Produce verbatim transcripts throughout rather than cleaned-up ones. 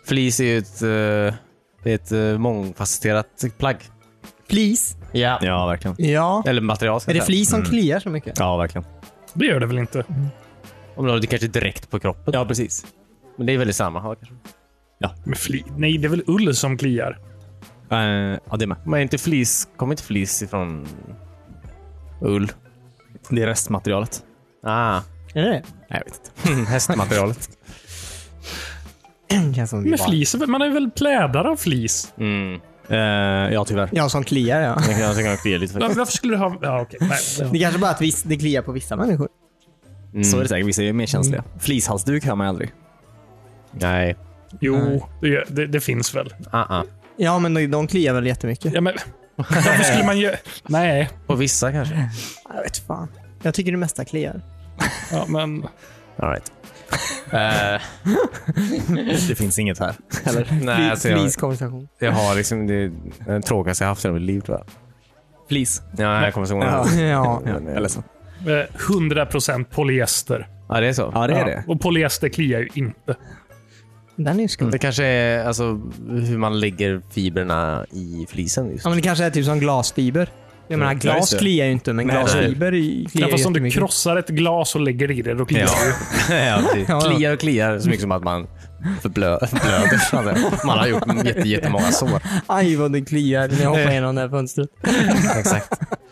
Fleece är ju ett, uh, det är ett uh, mångfacetterat plagg. Fleece? Ja. Ja, verkligen. Ja. Eller material. Är det fleece som Mm. kliar så mycket? Ja, verkligen. Det gör det väl inte? Om du har det kanske direkt på kroppen. Ja, precis. Men det är väl samma. Ja, kanske. Men fli- Nej, det är väl ull som kliar? Uh, ja, det är med. Men inte fleece, kommer inte fleece ifrån ull? Det är restmaterialet. Ah, Är det det? Nej, jag vet inte. hästmaterialet. Känns som det Men bara- flis, man är väl plädar av flis? Mm. Uh, ja, tyvärr. Ja, som kliar, ja. Jag kan, jag kan klia lite Var- faktiskt. Varför skulle du ha... Ja, okej. Nej, ja. Det kanske bara att viss, det kliar på vissa människor. Mm. Så är det säkert. Vissa är mer känsliga. Flishalsduk har man ju aldrig. Nej. Jo, det, det, det finns väl. Uh-uh. Ja, men de, de kliar väl jättemycket. Ja, men... Varför skulle man göra... Nej. På vissa kanske. Jag vet fan. Jag tycker det mesta kliar. Ja, men... All right. uh, Det finns inget här. Eller? Nej, alltså jag, Fleece-konversation. jag har liksom det, den tråkigaste jag haft i mitt liv, tror jag. Flis. Ja, den här konversationen. Ja. Ja. Ja. Ja, jag är ledsen. eh, hundra procent polyester. Ja, det är så. Ja, det är Ja, det. och polyester kliar ju inte. Den är ju skum. Det kanske är alltså, hur man lägger fibrerna i flisen. Just. Ja, men det kanske är typ som glasfiber. Jag menar, Ja, glas just det. kliar ju inte, men Nej, glasfiber i- kliar Ja, fast om du jättemycket. krossar ett glas och lägger i det, då kliar Ja. det ju. Ja, precis. Ja, ja. Kliar och kliar så mycket som att man förblö- förblöder. så att säga. Man har gjort jätte, jättemånga sår. Aj, vad det kliar när jag hoppar igenom det här fönstret. Exakt.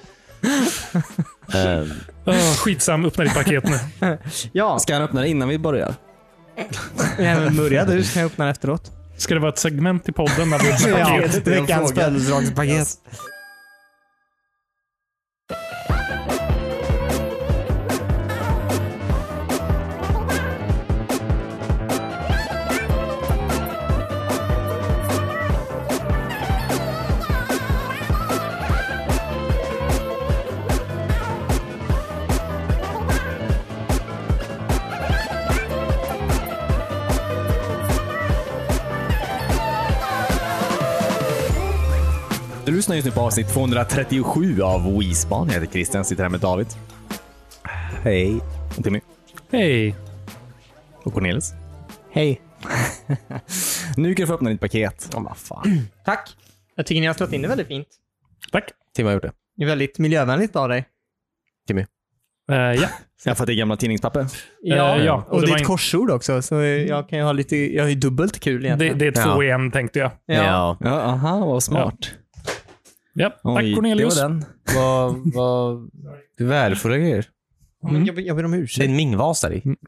um, Oh, skitsam, öppna ditt paket nu. Ja, Ska han öppna det innan vi börjar? även börja du, så kan jag öppna det efteråt. Ska det vara ett segment i podden där vi öppnar Ja, paket? veckans födelsedagspaket. Du lyssnar just nu på avsnitt tvåhundratrettiosju av Wispan. Jag heter Christian, sitter här med David. Hej. Och Timmy. Hej. Och Cornelis. Hej. Nu kan du få öppna ditt paket. oh, vad fan. Tack. Jag tycker ni har slått in det väldigt fint. Tack. Tim har gjort det. Det är väldigt miljövänligt av dig. Timmy. Eh, ja. Jag får det gamla tidningspapper. Ja, ja. Och, Och det det är var ett in- korsord också, så jag kan ju ha lite, jag har ju dubbelt kul det, egentligen. det är två Ja. i en, tänkte jag. Ja. Ja, aha, vad smart. Ja, tack Oj, Cornelius. Det var den. Vad, vad, det är värdefulla grejer. Ja, men jag, jag ber om Det är ursäkt. en mingvas där i.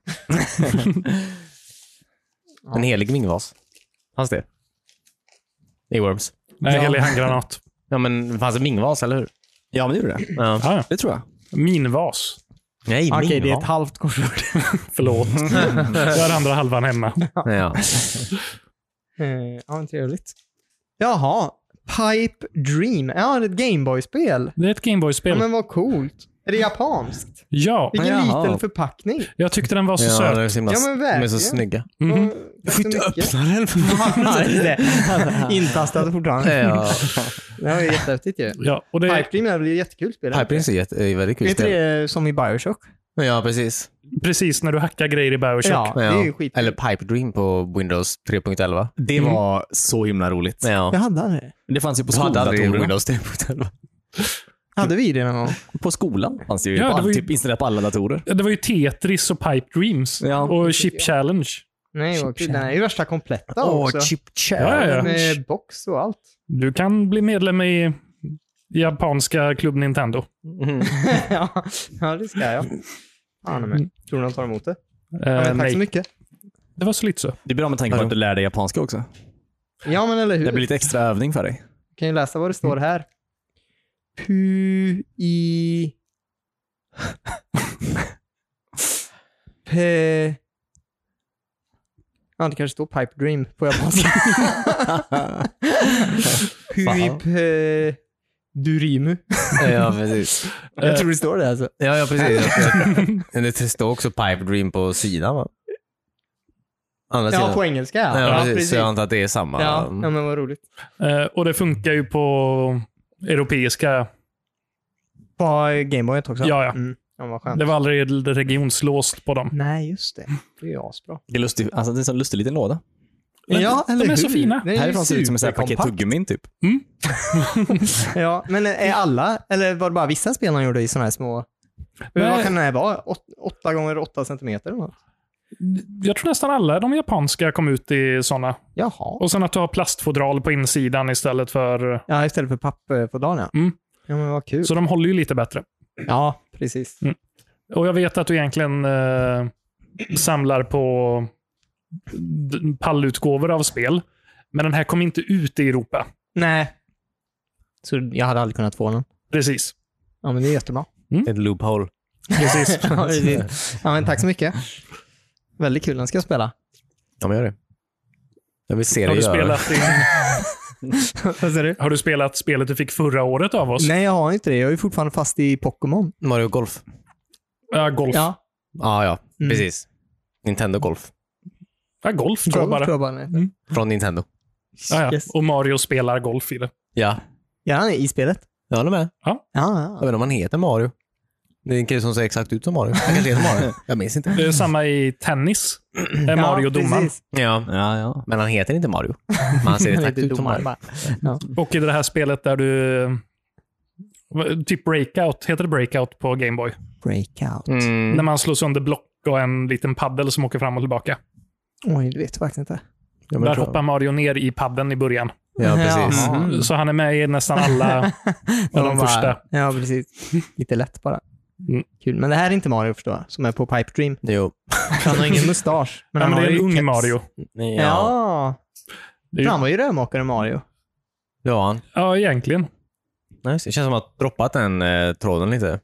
En helig mingvas. Fanns det? I Worms. Nej, Ja. helig handgranat. Ja, men det fanns en mingvas, eller hur? Ja, men det gjorde det. Ja. Ja, ja. Det tror jag. Minvas. Nej, Okej, mingvas. det är ett halvt korsord. Förlåt. Jag har andra halvan hemma. Ja. Eh, ja, men trevligt. Jaha. Pipe Dream. Ja, det är ett Gameboy-spel. Det är ett Ja, Gameboy-spel. men vad coolt. Är det japanskt? Ja, Vilken Jaha. liten förpackning. jag tyckte den var så Ja, söt. de är så, himla, Ja, men de är så verkligen. snygga. Mhm. Du får inte öppna den. Ja, just det. Intastat fortfarande. Ja. Det var ju jättehäftigt ju. Ja, och det, Pipe Dream är väl ett jättekul spel. Pipe Dream är jätte- är väldigt kul Vet du spel. det som i Bioshock? Ja, precis. precis när du hackar grejer i Bioshock. Ja, det är ju skit. Eller Pipe Dream på Windows tre punkt elva. Det var så himla roligt. Ja. Jag hade det. Det fanns ju på Du hade aldrig skoldatorerna. Windows tre punkt elva. Hade vi det någon gång? På skolan fanns det ju, Ja, på det all, var ju- typ installerat på alla datorer. Det var ju Tetris och Pipe Dreams. Ja. Och Chip Challenge. Nej, vad kul. Den är ju värsta kompletta Åh, också. Chip Ja, ja, ja. Med box och allt. Du kan bli medlem i japanska Club Nintendo. Mm. ja, ja, det ska jag. Ja, men. Tror du de tar emot det? Eh, Ja, men tack nej, så mycket. det var så lite så. Det är bra med tanke på att du lär dig japanska också. Ja, men eller hur? Det blir lite extra övning för dig. Kan ju läsa vad det står här. Pu i P Ja, det kanske står Pipe Dream på japanska. Pu i P Durimu. Ja, precis. Jag tror det står det alltså. Ja, ja, precis. Men det står också Pipe Dream på sidan, va? Andra Ja, sidan. på engelska ja. Ja, Ja, precis. precis. Så jag antar att det är samma. Ja, ja, men vad roligt. Eh, och det funkar ju på europeiska. På Gameboyet också? Ja, ja. Mm. Ja, vad skönt. Det var aldrig regionslåst på dem. Nej, just det. Det är ju asbra. Det är, lustig, alltså det är en sån lustig liten låda. Ja, eller de är hur? så fina. Det är ju Härifrån ser det ut som ett paket superkompakt. tuggummin typ. Ja, men är alla, eller var det bara vissa spel de gjorde i såna här små... Men vad kan det här vara? Åt, åtta gånger åtta centimeter eller något? Jag tror nästan alla de japanska kom ut i såna. Jaha. Och sen att du har plastfodral på insidan istället för... Ja, istället för pappfodral, ja. Mm. Ja, men vad kul. Så de håller ju lite bättre. Ja, precis. Mm. Och jag vet att du egentligen eh, samlar på d- pallutgåvor av spel. Men den här kom inte ut i Europa. Nej. Så jag hade aldrig kunnat få den. Precis. Ja, men det är jättebra. Ett loophole. Precis. Ja, precis. Ja, men tack så mycket. Väldigt kul, den ska jag spela. Ja, men gör det. Jag vill se Har det du, göra. spelat din, Vad säger du? har du spelat spelet du fick förra året av oss? Nej, jag har inte det. Jag är fortfarande fast i Pokémon. Mario Golf. Ja, golf. Ja. Ja, Ja, ja. Mm. Precis. Nintendo Golf. Ja, golf tror jag Golf bara. tror jag bara det heter. Från Nintendo. Ja, ja. Yes. Och Mario spelar golf i det. Ja. Ja, han är i spelet. Jag håller med. Ja, Jag ja. vet inte om han heter Mario. Det är en kille som ser exakt ut som Mario. Han kanske heter Mario. Jag minns inte. Det är samma i tennis. Är Mario ja, domaren. precis. Ja. Ja, ja. Men han heter inte Mario. Men han ser Han exakt heter ut som domaren Mario. bara. Ja. Och i det här spelet där du... Typ Breakout. Heter det Breakout på Game Boy? Breakout. Mm. När man slår sönder block och en liten paddel som åker fram och tillbaka. Oj, det vet jag faktiskt inte. Ja, men Där tror jag. hoppar Mario ner i paddeln i början. Ja, precis. Jaha. Mm. Så han är med i nästan alla av de bara- första. Ja, precis. Lite lätt bara. Mm. Kul. Men det här är inte Mario, förstår jag, som är på Pipe Dream. Jo. Han har ingen mustasch. Men, han men det har är en ju ung keps. Mario. Ja. Ja. Det är ju- Han var ju rörmokare Mario. Ja, han. Ja, egentligen. Nice. Det känns som att droppat den eh, tråden lite.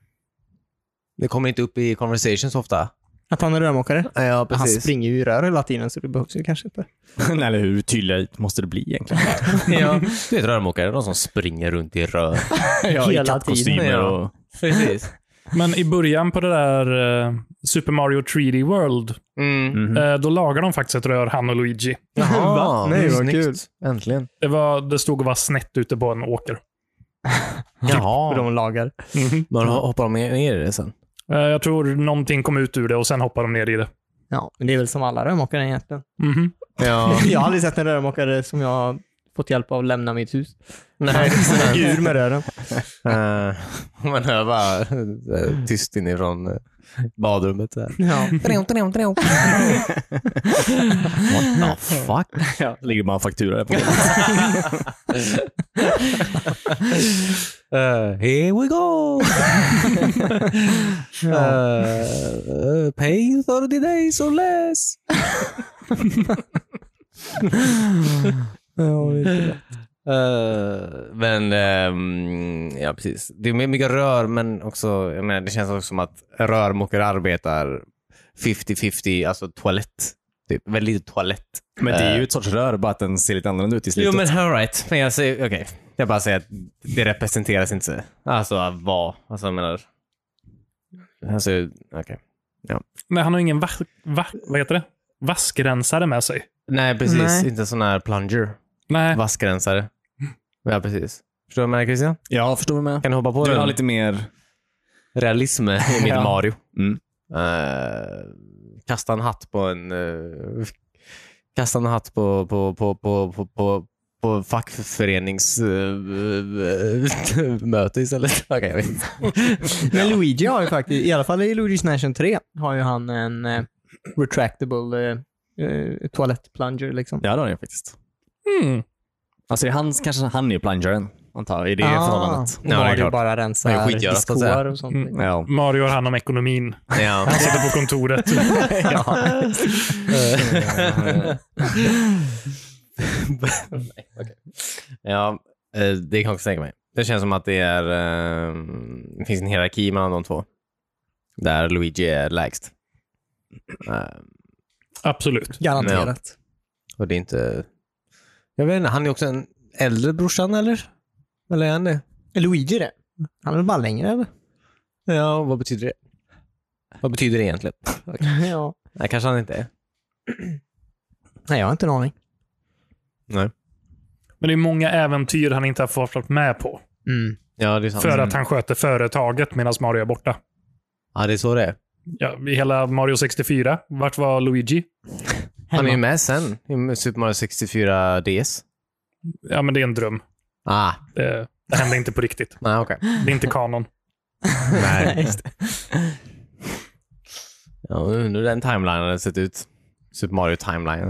Det kommer inte upp i conversation så ofta. Att han är rörmokare. Ja, Han springer ju i rör hela tiden, så det behövs ju kanske inte. Nej, eller hur tydligt måste det bli egentligen? Ja. Du vet rörmokare, de som springer runt i rör. Ja, Hela i kattkostymer tiden, ja. och... Precis. Men i början på det där eh, Super Mario tre D World, Mm. Mhm. eh, då lagar de faktiskt ett rör, han och Luigi. Jaha, Va? Nej, vad snyggt. kul. Äntligen. Det, var, det stod och var snett ute på en åker. För Jaha. de lagar. Mhm. Men hoppar de ner i det sen? Eh, jag tror någonting kom ut ur det och sen hoppade de ner i det. Ja, men det är väl som alla rörmokare egentligen. Mhm. Ja. Jag har aldrig sett en rörmokare som jag har fått hjälp av att lämna mitt hus. Nej. Ur med rören. Eh, man hör bara eh, tyst inifrån eh, badrummet. Så här. Ja. What the fuck? Ja, det ligger bara en faktura där på. Uh, here we go! uh, pay thirty days or less. Ja, vet du. Uh, men um, ja, precis. Det är mycket rör, men också, jag menar, det känns också som att rörmokare arbetar femtio femtio, alltså toalett. Typ. Väldigt lite toalett. Men det är ju ett sorts rör, bara att den ser lite annorlunda ut i slutet. Jo, men all right. Men jag säger, okej. Okay. Jag bara säger att det representeras inte. Alltså, vad? Alltså, jag menar... Alltså, okej. Okay. Ja. Men han har ingen va- va- vad heter det? vaskrensare med sig. Nej, precis. Nej. Inte sån här plunger. Nej. Vaskrensare. Ja, precis. Förstår du vad jag menar, Christian? Ja, förstår du med. Kan du hoppa på Du vill den? ha lite mer... Realism i mitt Ja. Mario. Mm. Uh, kasta en hatt på en... Uh, kasta en hatt på, på, på, på, på, på, på fackföreningsmöte uh, istället. Okej, okay, jag vet inte. Men Luigi har ju faktiskt, i alla fall i Luigi's Mansion tre, har ju han en eh, retractable eh, eh, toalettplunger liksom. Ja, det har jag faktiskt. Mm. Alltså, hans, kanske han är ju plungeren, antar jag, i det Ah, förhållandet. och Ja, det är Mario klart. bara Det är rensar skitgörat, så att säga. diskoar och sånt. Mm. liksom. Ja. Mario har hand om ekonomin. Ja. Han sitter på kontoret. Nej, okej. Ja, eh, det kan jag också tänka mig. Det känns som att det är eh, det finns en hierarki mellan de två. Där Luigi är lägst. Eh, Absolut. Garanterat. och det är inte... Jag vet inte, han är också en äldre brorsan, eller? Eller är han det? Är Luigi det? Han är väl bara längre, eller? Ja, vad betyder det? Vad betyder det egentligen? Ja. Nej, kanske han inte är. Nej, jag har inte en aning. Nej. Men det är många äventyr han inte har fått vara med på. Mm. Ja, det är sant. För att han sköter företaget medan Mario är borta. Ja, det är så det är. Ja, i hela Mario sextiofyra, vart var Luigi? Han är ju med sen i Super Mario sextiofyra D S. Ja, men det är en dröm. Ah, Det, det händer inte på riktigt. nej okej. Det är inte kanon. Nej. Just det. Ja, undrar hur den timelinen hade sett ut. Super Mario timelinen.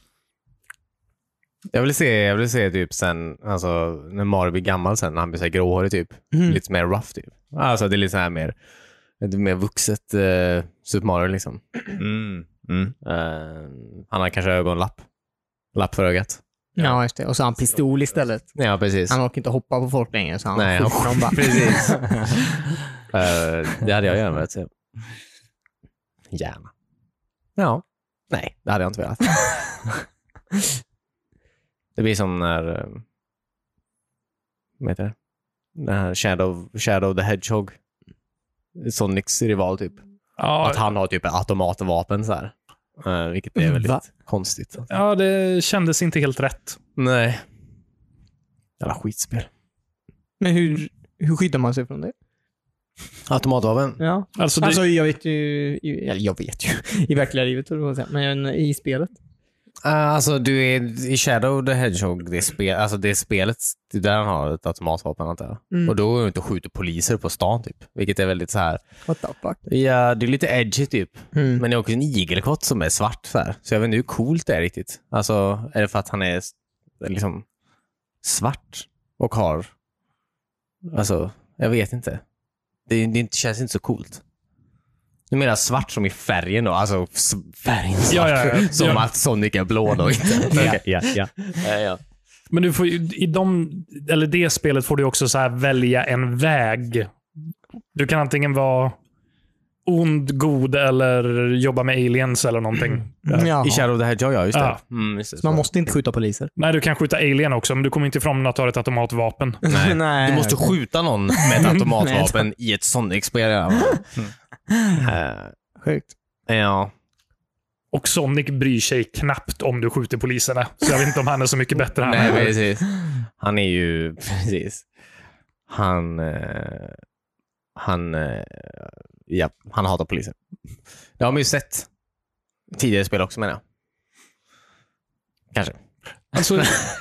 Jag vill se, jag vill se typ sen, alltså när Mario blir gammal sen, när han blir så här gråhårig typ. Mm. Lite mer rough typ. Alltså det är lite så här mer, lite mer vuxet uh, Super Mario liksom. Mm. Mm. Uh, han har kanske ögonlapp. Lapp för ögat. Ja, just det. Och så har han pistol istället. Ja, precis. Han orkar inte hoppa på folk längre, så han Nej, han skjuter dem bara. precis. uh, det hade jag gärna velat se. Gärna. Ja. Nej, det hade jag inte velat. Det blir som när uh, vad heter det? Den här Shadow, Shadow the Hedgehog, Sonics rival typ. Ja, Att han har typ ett automatvapen så här. Uh, vilket är väldigt Va? konstigt. ja, det kändes inte helt rätt. Nej. Jävla skitspel. Men hur, hur skyddar man sig från det? Automatvapen? Ja. Alltså, det, Alltså, jag vet ju, i- eller jag vet ju, i verkliga livet, tror jag, men i spelet. Uh, alltså du är i Shadow the Hedgehog, det, spel, alltså det spelet, det är där han har ett automatvapen antar jag. Mm. Och då är det inte skjuter poliser på stan typ. Vilket är väldigt så här. What the fuck? Ja, det är lite edgy typ. Mm. Men det är också en igelkott som är svart så här. Så jag vet inte hur coolt det är riktigt. Alltså, är det för att han är liksom svart och har, alltså, jag vet inte. Det, det känns inte så coolt. Du menar svart som i färgen då? Alltså s- färgen svart. Ja, ja, ja. Som Ja. att Sonic är blå då inte. Okej, ja, ja. Ja, ja. men du får ju, i de, eller det spelet får du också så här välja en väg. Du kan antingen vara ond, god eller jobba med aliens eller någonting. Ja. Jaha. I Shadow the Hedgehog, ja just det. Ja. Mm, just det. Så man måste inte skjuta poliser. Nej, du kan skjuta alien också, men du kommer inte ifrån när du tar ett automatvapen. Nej. Nej, Du måste okej. skjuta någon med ett automatvapen i ett Sonic-spel. Ja. Eh, Sjukt. ja. Och Sonic bryr sig knappt om du skjuter poliserna. Så jag vet inte om han är så mycket bättre. Nej, Han. precis. Han är ju, precis. Han, eh, han, eh, ja, han hatar polisen. Det har man ju sett tidigare spel också, menar jag. Kanske. Alltså,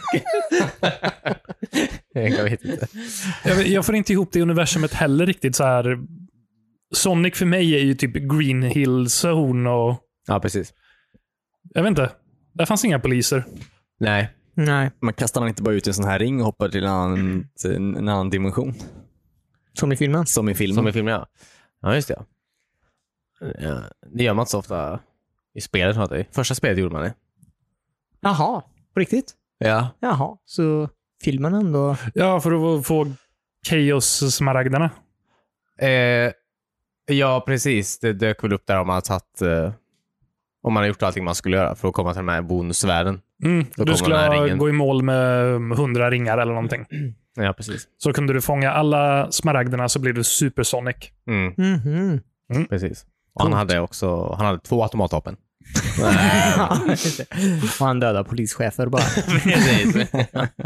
Jag vet inte. jag, jag får inte ihop det universumet heller riktigt så här. Sonic för mig är ju typ Green Hill Zone och Ja, precis. jag vet inte. Där fanns inga poliser. Nej. Nej. Man kastar man inte bara ut en sån här ring och hoppar till en annan, till en annan dimension. Som i filmen. Som i filmen. Som i filmen, ja. Ja, just det. Ja, det gör man inte så ofta i spelet. Har det. Första spelet gjorde man det. Jaha, på riktigt? Ja. Jaha, så filmen ändå... Ja, för att få Chaos-smaragderna. Eh, ja, precis. Det dök väl upp där om man har tagit, eh, om man har gjort allting man skulle göra för att komma till den här bonusvärlden. Mm, Då du kommer den här skulle ringen. gå i mål med hundra ringar eller någonting. Ja, precis. Så kunde du fånga alla smaragderna så blev du Supersonic. Mm, Mhm. precis. Och han hade också, han hade två automatvapen. Ja, just det. Och han dödar polischefer bara. Precis. uh,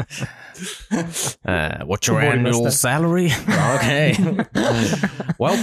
what's your annual Borgmästare. salary? Okej. Well.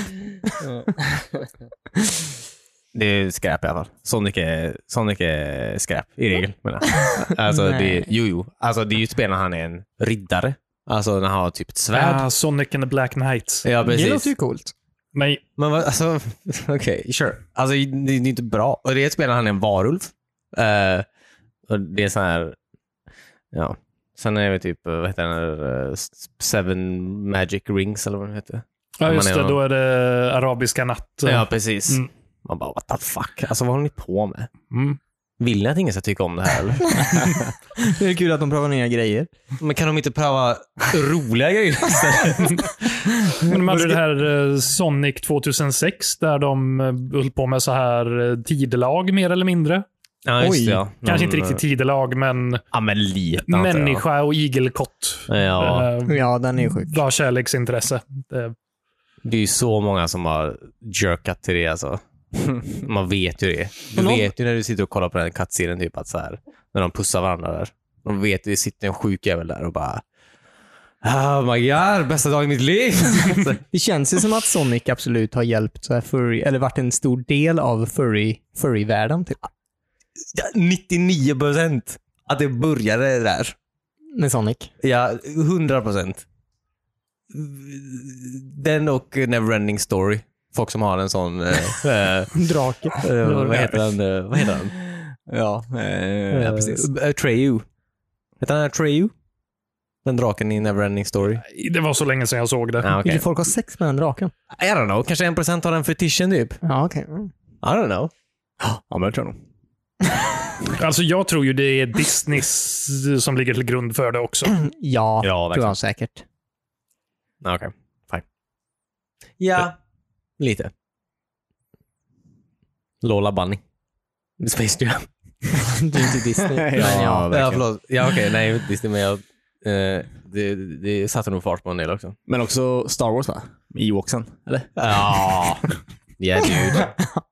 Det är skräp i alla fall. Sonic är, Sonic är skräp i regel. menar jag. Alltså, det, Nej. jo, jo. Alltså, det är ju ett spel när han är en riddare. Alltså när han har typ ett svärd. Ah, Sonic and the Black Knights. Ja, Det låter precis. ju coolt. Nej, Men vad, alltså, okej, okay, sure. Alltså, det, det är inte bra. Och det är ett spel när han är en varulv. Uh, och det är så här, ja. Sen är det typ, vad heter den, uh, Seven Magic Rings eller vad det heter. ja, Man just är det. någon- Då är det arabiska natt. Ja, precis. Mm. Man bara, what the fuck? Alltså, vad håller ni på med? Mm. Vill ni att ingen ska tycka om det här, eller? Det är kul att de provar nya grejer. Men kan de inte pröva roliga grejer istället? Men de hade det här eh, Sonic tjugohundrasex där de eh, höll på med så här eh, tidelag mer eller mindre. Ja, just Oj. det, ja. Kanske Någon, inte riktigt tidelag, men Ja, men lite. antar jag. människa och igelkott. Ja. Eh, Ja, den är ju sjuk. var kärleksintresse. Det, Det är ju så många som har jerkat till det alltså. Man vet ju det. Du Och någon- vet ju när du sitter och kollar på den kattserien typ att så här, när de pussar varandra där. De vet ju, det sitter en sjuk jävel där och bara oh my god, bästa dagen i mitt liv. Det känns ju som att Sonic absolut har hjälpt så här furry, eller varit en stor del av furry, furry-världen typ. nittionio procent att det började där. Med Sonic. Ja, hundra procent. Den och Neverending Story. Folk som har en sån... Äh, Drake. äh, vad heter den? Äh, vad heter den? Ja, eh, ja precis. Uh, Atreyu. Heter den Atreyu? Den draken i Neverending Story. Det var så länge sedan jag såg det. Ah, okay. Vill folk ha sex med den draken? I don't know. Kanske en procent har den fetishen typ. Ja, okej. Okay. Mm. I don't know. Ja, men jag tror nog. Alltså jag tror ju det är Disney som ligger till grund för det också. Ja, Ja, tror jag säkert. Okej, okay. Fine. Ja, lite. Lola Bunny. Space Jam. Det är inte Disney. Ja, men ja. Ja, förlåt. Ja, okej. Okay. Nej, Disney, men jag... Eh, det, det satte nog fart på en del också. Men också Star Wars, va? Ewoksen, eller? Ja. Ja, dude.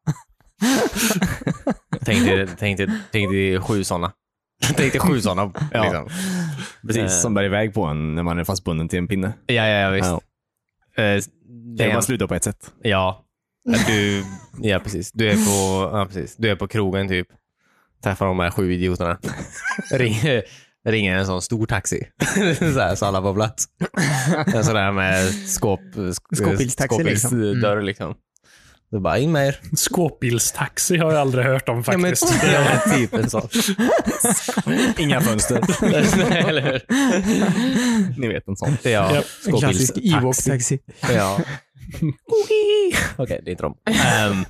tänkte, tänkte, tänkte sju sådana. tänkte sju sådana. Ja. Liksom. Precis, Eh. som bär iväg på en när man är fastbunden till en pinne. Ja, ja, ja, visst. Ja. Eh, Det det kan är, man sluta på ett sätt. ja. Du, ja, precis. Du är på, ja, precis. Du är på krogen typ. Träffar de här sju idioterna. Ring, ringer en sån stor taxi. så, här, så alla på plats. En sån där med skåp, sk, Skåpbilstaxi, skåpbilsdörr liksom. liksom. Det är bara in med er. Skåpbilstaxi har jag aldrig hört om faktiskt. Ja, men, ja, typ en sån. Inga fönster. Nej, eller hur? Ni vet en sån. Ja, Ja, En klassisk skåpbilstaxi. Ewok-taxi. Ja. Okej, okay, det är inte de. Um,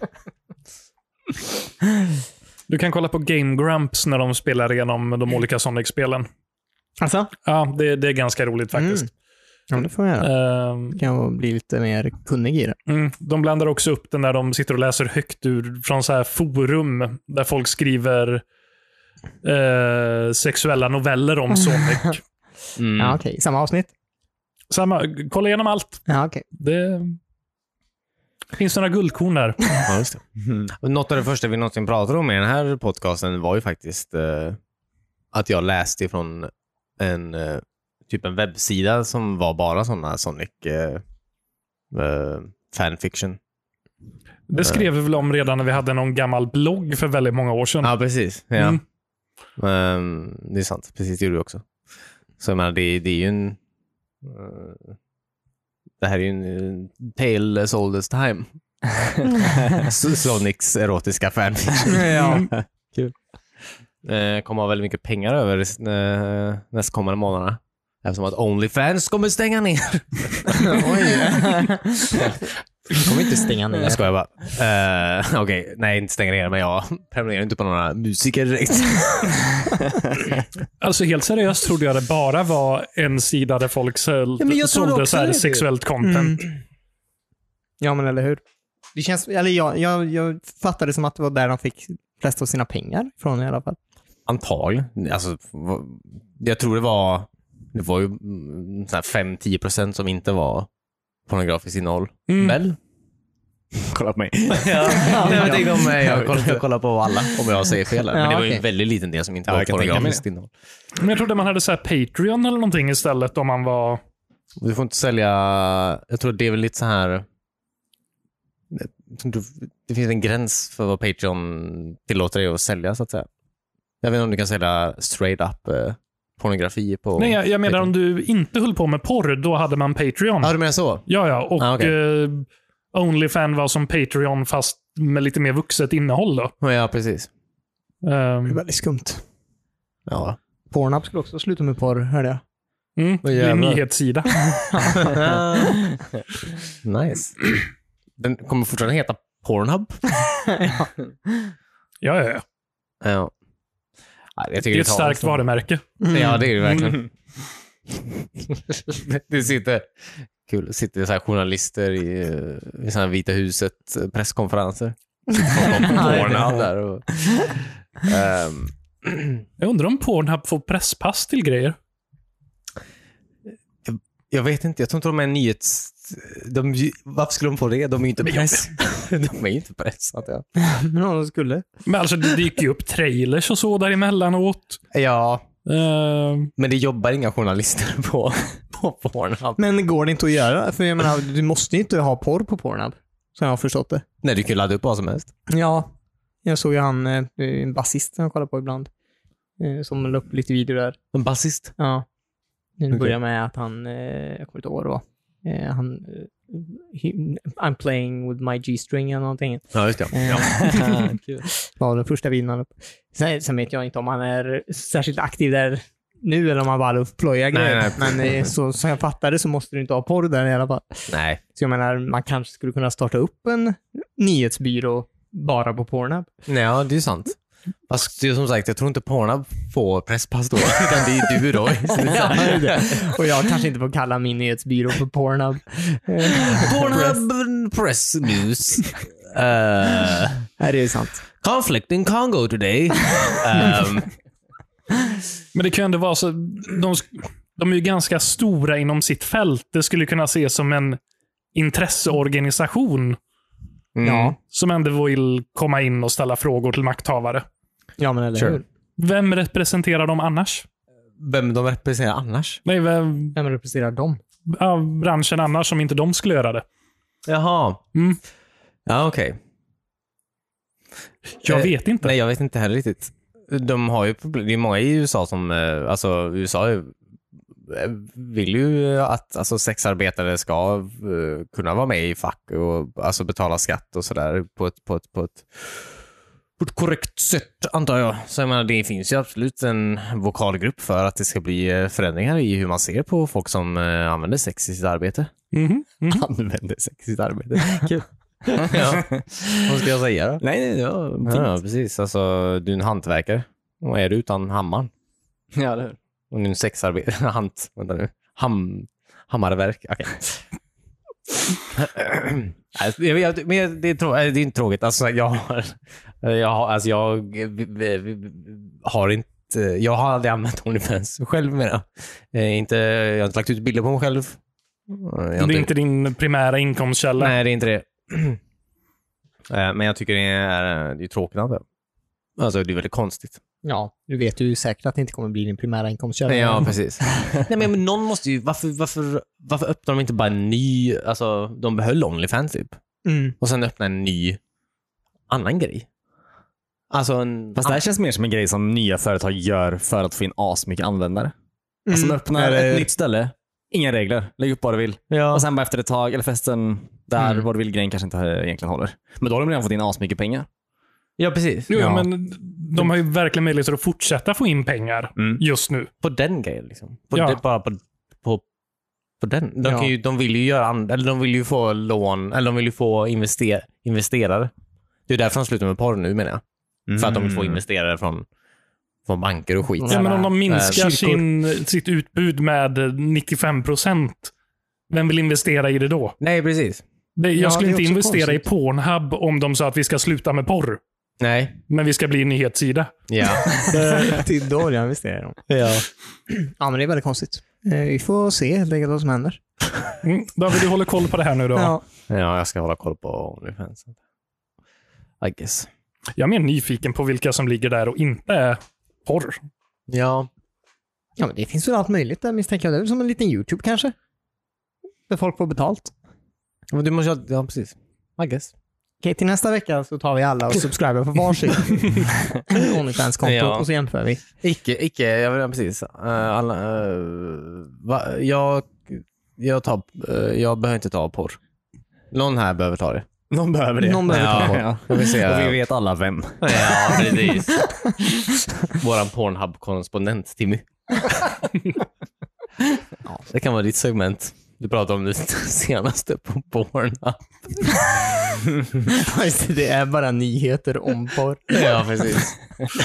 Du kan kolla på Game Grumps när de spelar igenom de olika Sonic-spelen. Alltså? Ja, det, det är ganska roligt faktiskt. Mm. Ja, det får jag göra. Ehm, Kan jag bli lite mer kunnig i det. Mm, de blandar också upp det när de sitter och läser högt ur från så här forum där folk skriver eh, sexuella noveller om Sonic. mm. Ja, okej. Samma avsnitt? Samma, kolla igenom allt. Ja, okej. Det finns några guldkorn där. Ja, just det. Något av det första vi någonsin pratade om i den här podcasten var ju faktiskt eh, att jag läste ifrån en eh, typ en webbsida som var bara sådana Sonic eh, eh, fanfiction. Det skrev vi väl om redan när vi hade någon gammal blogg för väldigt många år sedan. Ja, precis. Ja. Mm. Um, det är sant. Precis, det gjorde du också. Så jag menar, det, det är ju en uh, det här är ju en uh, tale as old as time. Sonics erotiska fanfiction. Ja. Kul. Uh, kommer ha väldigt mycket pengar över uh, nästa kommande månaderna. Eftersom att OnlyFans kommer stänga ner. Oj. Jag kommer inte stänga ner. Jag skojar bara. Uh, Okej, okay. Nej, inte stänga ner, men jag prenumererar inte på några musiker direkt. Alltså helt seriöst trodde jag det bara var en sida där folk såld, Ja, men jag trodde sålde också så här det. sexuellt content. Mm. Ja, men eller hur? Det känns, eller jag, jag, jag fattade det som att det var där de fick flest av sina pengar från i alla fall. Antagligen. Alltså, jag tror det var det var ju fem till tio procent som inte var pornografiskt innehåll. Mm. Väl? Kolla på mig. Ja. Nej, jag tänkte om jag kollar, kollar på alla om jag säger fel. Men Ja, det var ju okej. en väldigt liten del som inte Ja, var jag kan tänka mig pornografiskt det. innehåll. Men jag trodde man hade så här Patreon eller någonting istället om man var... Du får inte sälja... Jag tror det är väl lite så här... Det finns en gräns för vad Patreon tillåter dig att sälja, så att säga. Jag vet inte om du kan sälja straight up eh, pornografi på... Nej, jag, jag menar Patreon. om du inte höll på med porr, då hade man Patreon. Ja, du menar så? Ja, ja. Och Ah, okej. eh, OnlyFans var som Patreon fast med lite mer vuxet innehåll då. Ja, precis. Det är Um, väldigt skumt. Ja. Pornhub skulle också sluta med porr, hörde jag. mm, det är en jävlar. nyhetssida. Nice. Den kommer fortfarande heta Pornhub. Ja, ja, ja. Ja. Ja, jag Det tycker är ett tar starkt så- varumärke. Ja, det är det verkligen. Det sitter kul, det sitter så här journalister i, i så här Vita huset presskonferenser. Folk om Pornhub där och, ehm, Jag undrar om Pornhub får presspass till grejer. jag vet inte, jag tror inte de är nyhets... De, varför skulle de få det? De är ju inte press. De är ju inte press. Att jag... Men om de skulle. Men alltså det dyker ju upp trailers och så där emellanåt. Ja, Uh, men det jobbar inga journalister på, på Pornhub. Men går det inte att göra? För jag menar, du måste ju inte ha porr på Pornhub. Så jag har förstått det. Nej, du kan ladda upp vad som helst. Ja. Jag såg ju han, eh, en basist som jag kollar på ibland. Eh, som la upp lite video där. En basist? Ja. Det Okej. börjar med att han, eh, jag kommer inte ihåg vad det var. Eh, han, eh, he, I'm playing with my G-string eller någonting. Ja, just det. Eh, Ja. Det var den första videon han upp. Sen, sen vet jag inte om han är särskilt aktiv där nu eller om han bara plojar grejer. nej. Men eh, så, som jag fattade så måste du inte ha porr där i alla fall. Nej. Så jag menar, man kanske skulle kunna starta upp en nyhetsbyrå bara på Pornhub. Nej, ja, det är sant. Fast det är som sagt, jag tror inte Pornhub får presspass då. Utan det är du då. Ja, det är det. Och jag kanske inte får kalla min nyhetsbyrå för Pornhub. Pornhub Press News. Uh, Nej, det är sant. conflict in Congo today. Um, Men det kan ju ändå vara så, de, de är ju ganska stora inom sitt fält. Det skulle kunna ses som en intresseorganisation mm. Ja. som ändå vill komma in och ställa frågor till makthavare. Ja, men eller Sure. hur? Vem representerar dem annars? Vem de representerar annars? Nej, vem, Vem representerar dem? ja, branschen annars om inte de skulle göra det. Jaha. Mm. Ja, okej. Jag Eh, vet inte. Nej, jag vet inte heller riktigt. De har ju problem. Det är många i U S A som, eh, alltså U S A är- eh, vill ju att alltså, sexarbetare ska eh, kunna vara med i fack och alltså betala skatt och sådär på ett, på ett, på ett, på ett korrekt sätt, antar jag. Så jag menar, det finns ju absolut en vokal grupp för att det ska bli eh, förändringar i hur man ser på folk som eh, använder sex i sitt arbete. Mhm, mhm. Använder sex i sitt arbete. Kul. Ja. Vad ska jag säga då? Nej, nej, ja, fint. Ja, precis. Alltså, du är en hantverkare. Vad är du utan hammaren? Ja, det hör. Och nu är en sexarbete. Hant. Vänta nu. Ham... Hammarverk. Okej. Alltså, jag vet, men det är, trå- det är inte tråkigt. Alltså, jag har... Jag har, alltså, jag har inte... Jag har aldrig använt OnlyFans själv med det. Inte, jag har inte lagt ut bilder på mig själv. Jag har Det är inte din primära inkomstkälla. Nej, det är inte det. Eh, Men jag tycker det är, det är tråkigt. Antar jag. Alltså, det är väldigt konstigt. Ja, du vet ju säkert att det inte kommer bli din primära inkomstkälla. Ja, precis. Nej, men, men någon måste ju... Varför, varför, varför öppnar de inte bara en ny... Alltså, de behöll OnlyFans typ. Mm. Och sen öppna en ny annan grej. Alltså en... Fast det här känns mer som en grej som nya företag gör för att få in asmycket användare. Alltså de öppnar Eller- ett nytt ställe, inga regler, lägg upp vad du vill. Ja. Och sen bara efter ett tag, eller festen där Mm. vad du vill grejen kanske inte egentligen håller. Men då har de redan fått in asmycket pengar. Ja, precis. Jo, Ja. men de har ju verkligen möjlighet att fortsätta få in pengar Mm. just nu. På den grejen liksom. På Ja. det, bara på, på, på den. De, Ja. kan ju, de vill ju göra and, eller de vill ju få lån, eller de vill ju få invester, investerare. Det är därför de slutar med porr nu, menar jag. För att de vill få investerare från, från banker och skit. Ja, men om de minskar Eh, sin, sitt utbud med nittiofem procent, vem vill investera i det då? Nej, precis. Det, jag Ja, skulle det är inte också investera konstigt. i Pornhub om de sa att vi ska sluta med porr. Nej. Men vi ska bli en nyhetssida. Ja. Till då jag investerar dem. ja. Ja, men det är väldigt konstigt. Eh, Vi får se helt enkelt vad som händer. Mm. David, du håller koll på det här nu då. Ja. Ja, jag ska hålla koll på OnlyFans. I guess. Jag är mer nyfiken på vilka som ligger där och inte är porr. Ja. Ja, men det finns väl allt möjligt där, misstänker jag. Det är som en liten YouTube kanske. Där folk får betalt. Men du måste ju... Ja, precis. I guess. Okej, till nästa vecka så tar vi alla och subscriber på varsin OnlyFans-konto Ja. och så jämför vi. Icke, icke, jag vill, ja, precis. Uh, alla, uh, va, jag, jag, tar, uh, jag behöver inte ta porr. Någon här behöver ta det. Någon behöver det. Någon behöver ta ja. porr. Ja. Jag vill se. Och vi vet alla vem. Ja, precis. Våran Pornhub-korrespondent, Timmy. Ja, det kan vara ditt segment. Du pratar om det senaste på Pornhub. Just det, det är bara nyheter om porr. Ja, precis.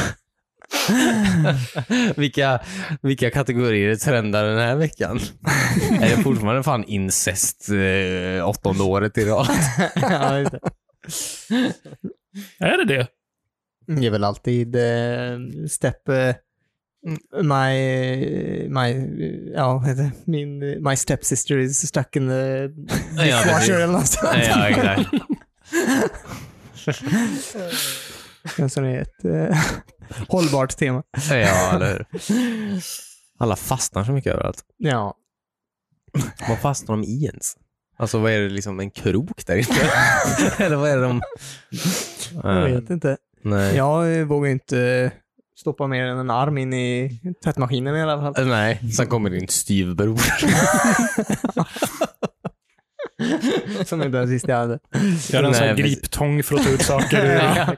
vilka, vilka kategorier trendar den här veckan? Är det fortfarande fan incest eh, åttonde året i rad? Ja, just det. Är det det? Det är väl alltid eh, step eh, my my ja vad heter det? Min my stepsister is stuck in the dishwasher eller något. Ja, exakt. Så det är ett eh, hållbart tema. Ja, eller hur? Alla fastnar så mycket överallt. Ja. Vad fastnar de i ens? Alltså vad är det, liksom en krok där inte? Eller vad är det de... Jag vet inte. Nej. Jag vågar inte stoppa mer än en arm in i tvättmaskinen i alla fall. Nej, sen kommer din styvbror. Som är den sista jag hade. Jag har en sån här Nej, griptång för att ta ut saker. Ja.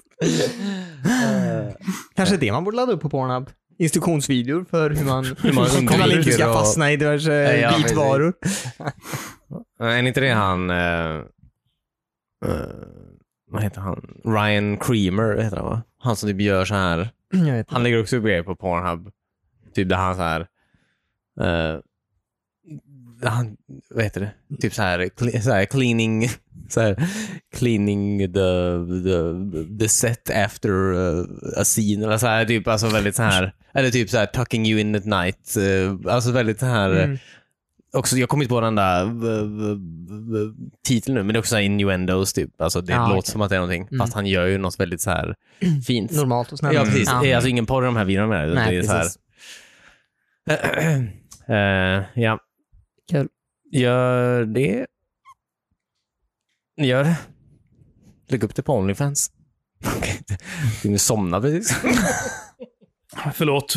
Kanske det man borde ladda upp på Pornhub. Instruktionsvideor för hur man, hur man, undviker man inte ska och- fastna i diverse Ja, vitvaror. Är inte det han... Uh, uh, vad heter han? Ryan Creamer heter han, va? Han som typ gör så här... Jag vet. Han lägger också upp grejer på Pornhub. Typ där han så här... Uh, han, vad heter det? Typ så här, cle- så här cleaning... Så här, cleaning the, the, the set after uh, a scene. Eller så här, typ alltså väldigt så här... Eller typ så här, tucking you in at night. Uh, alltså väldigt så här... Mm. Också, jag kommer inte på den där v- v- v- titeln nu, men det är också så här innuendos typ. Alltså det Ja, låter okej. som att det är någonting. Mm. Fast han gör ju något väldigt så här fint. Normalt och snällt. Ja, precis. Ja. Det är alltså ingen porr i de här videorna med det. Nej, det är så här. precis. Eh, ja. Kul. Gör det. Gör det. Lägg upp det på OnlyFans. Okej. Du somnar precis. Förlåt.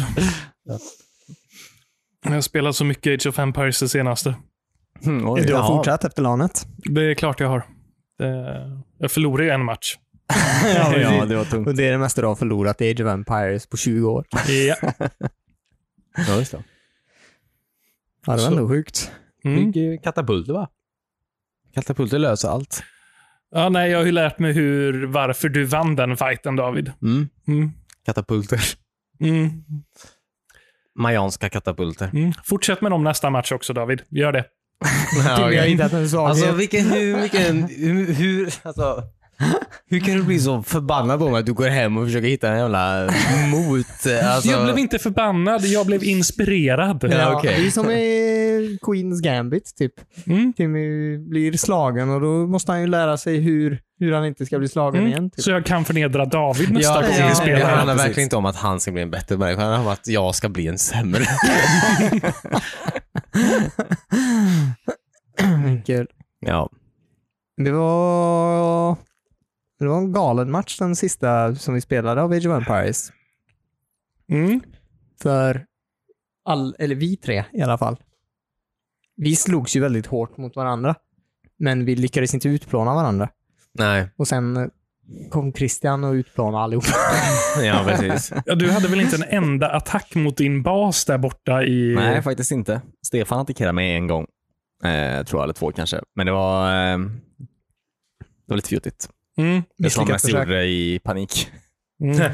Jag har spelat så mycket Age of Empires det senaste. Mm, Du har ja. fortsatt efter lanet. Det är klart jag har. Det- Jag förlorade ju en match. Ja, Ja, det var tungt. Och det är det mesta du har förlorat i Age of Empires på tjugo år. Ja. Ja, just det. Ja, det var Så. ändå sjukt. Mm. Bygg katapulter, va? Katapulter löser allt. Ja, nej, jag har ju lärt mig hur, varför du vann den fighten, David. Mm. Mm. Katapulter. Mm. Majanska katapulter. Mm. Fortsätt med dem nästa match också, David. Gör det. Ja, Jag har hittat en svaghet. Alltså vilken, hur, vilken, hur, hur, alltså, hur kan du bli så förbannad på mig att du går hem och försöker hitta en jävla mot, alltså. Jag blev inte förbannad, jag blev inspirerad. Ja, Ja, okej. Det är som i Queens Gambit, typ. Mm. Timmy blir slagen och då måste han ju lära sig hur, hur han inte ska bli slagen Mm. igen. Typ. Så jag kan förnedra David nästa Ja, gång precis. vi ja, Det spelar. handlar precis. verkligen inte om att han ska bli en bättre människa. Det handlar om att jag ska bli en sämre. Kul. Ja. Det var, det var en galen match den sista som vi spelade av Age of Empires. Mm. För all, eller vi tre i alla fall. Vi slogs ju väldigt hårt mot varandra. Men vi lyckades inte utplåna varandra. Nej. Och sen eh, kom Christian och utplånade allihop. Ja, precis. Ja, du hade väl inte en enda attack mot din bas där borta i... Nej, faktiskt inte. Stefan attackerade mig en gång. Eh, tror jag, eller två kanske. Men det var, eh, det var lite fjuttigt. Mm. Jag tror han Misslyckat mest försök. gjorde det i panik. Mm.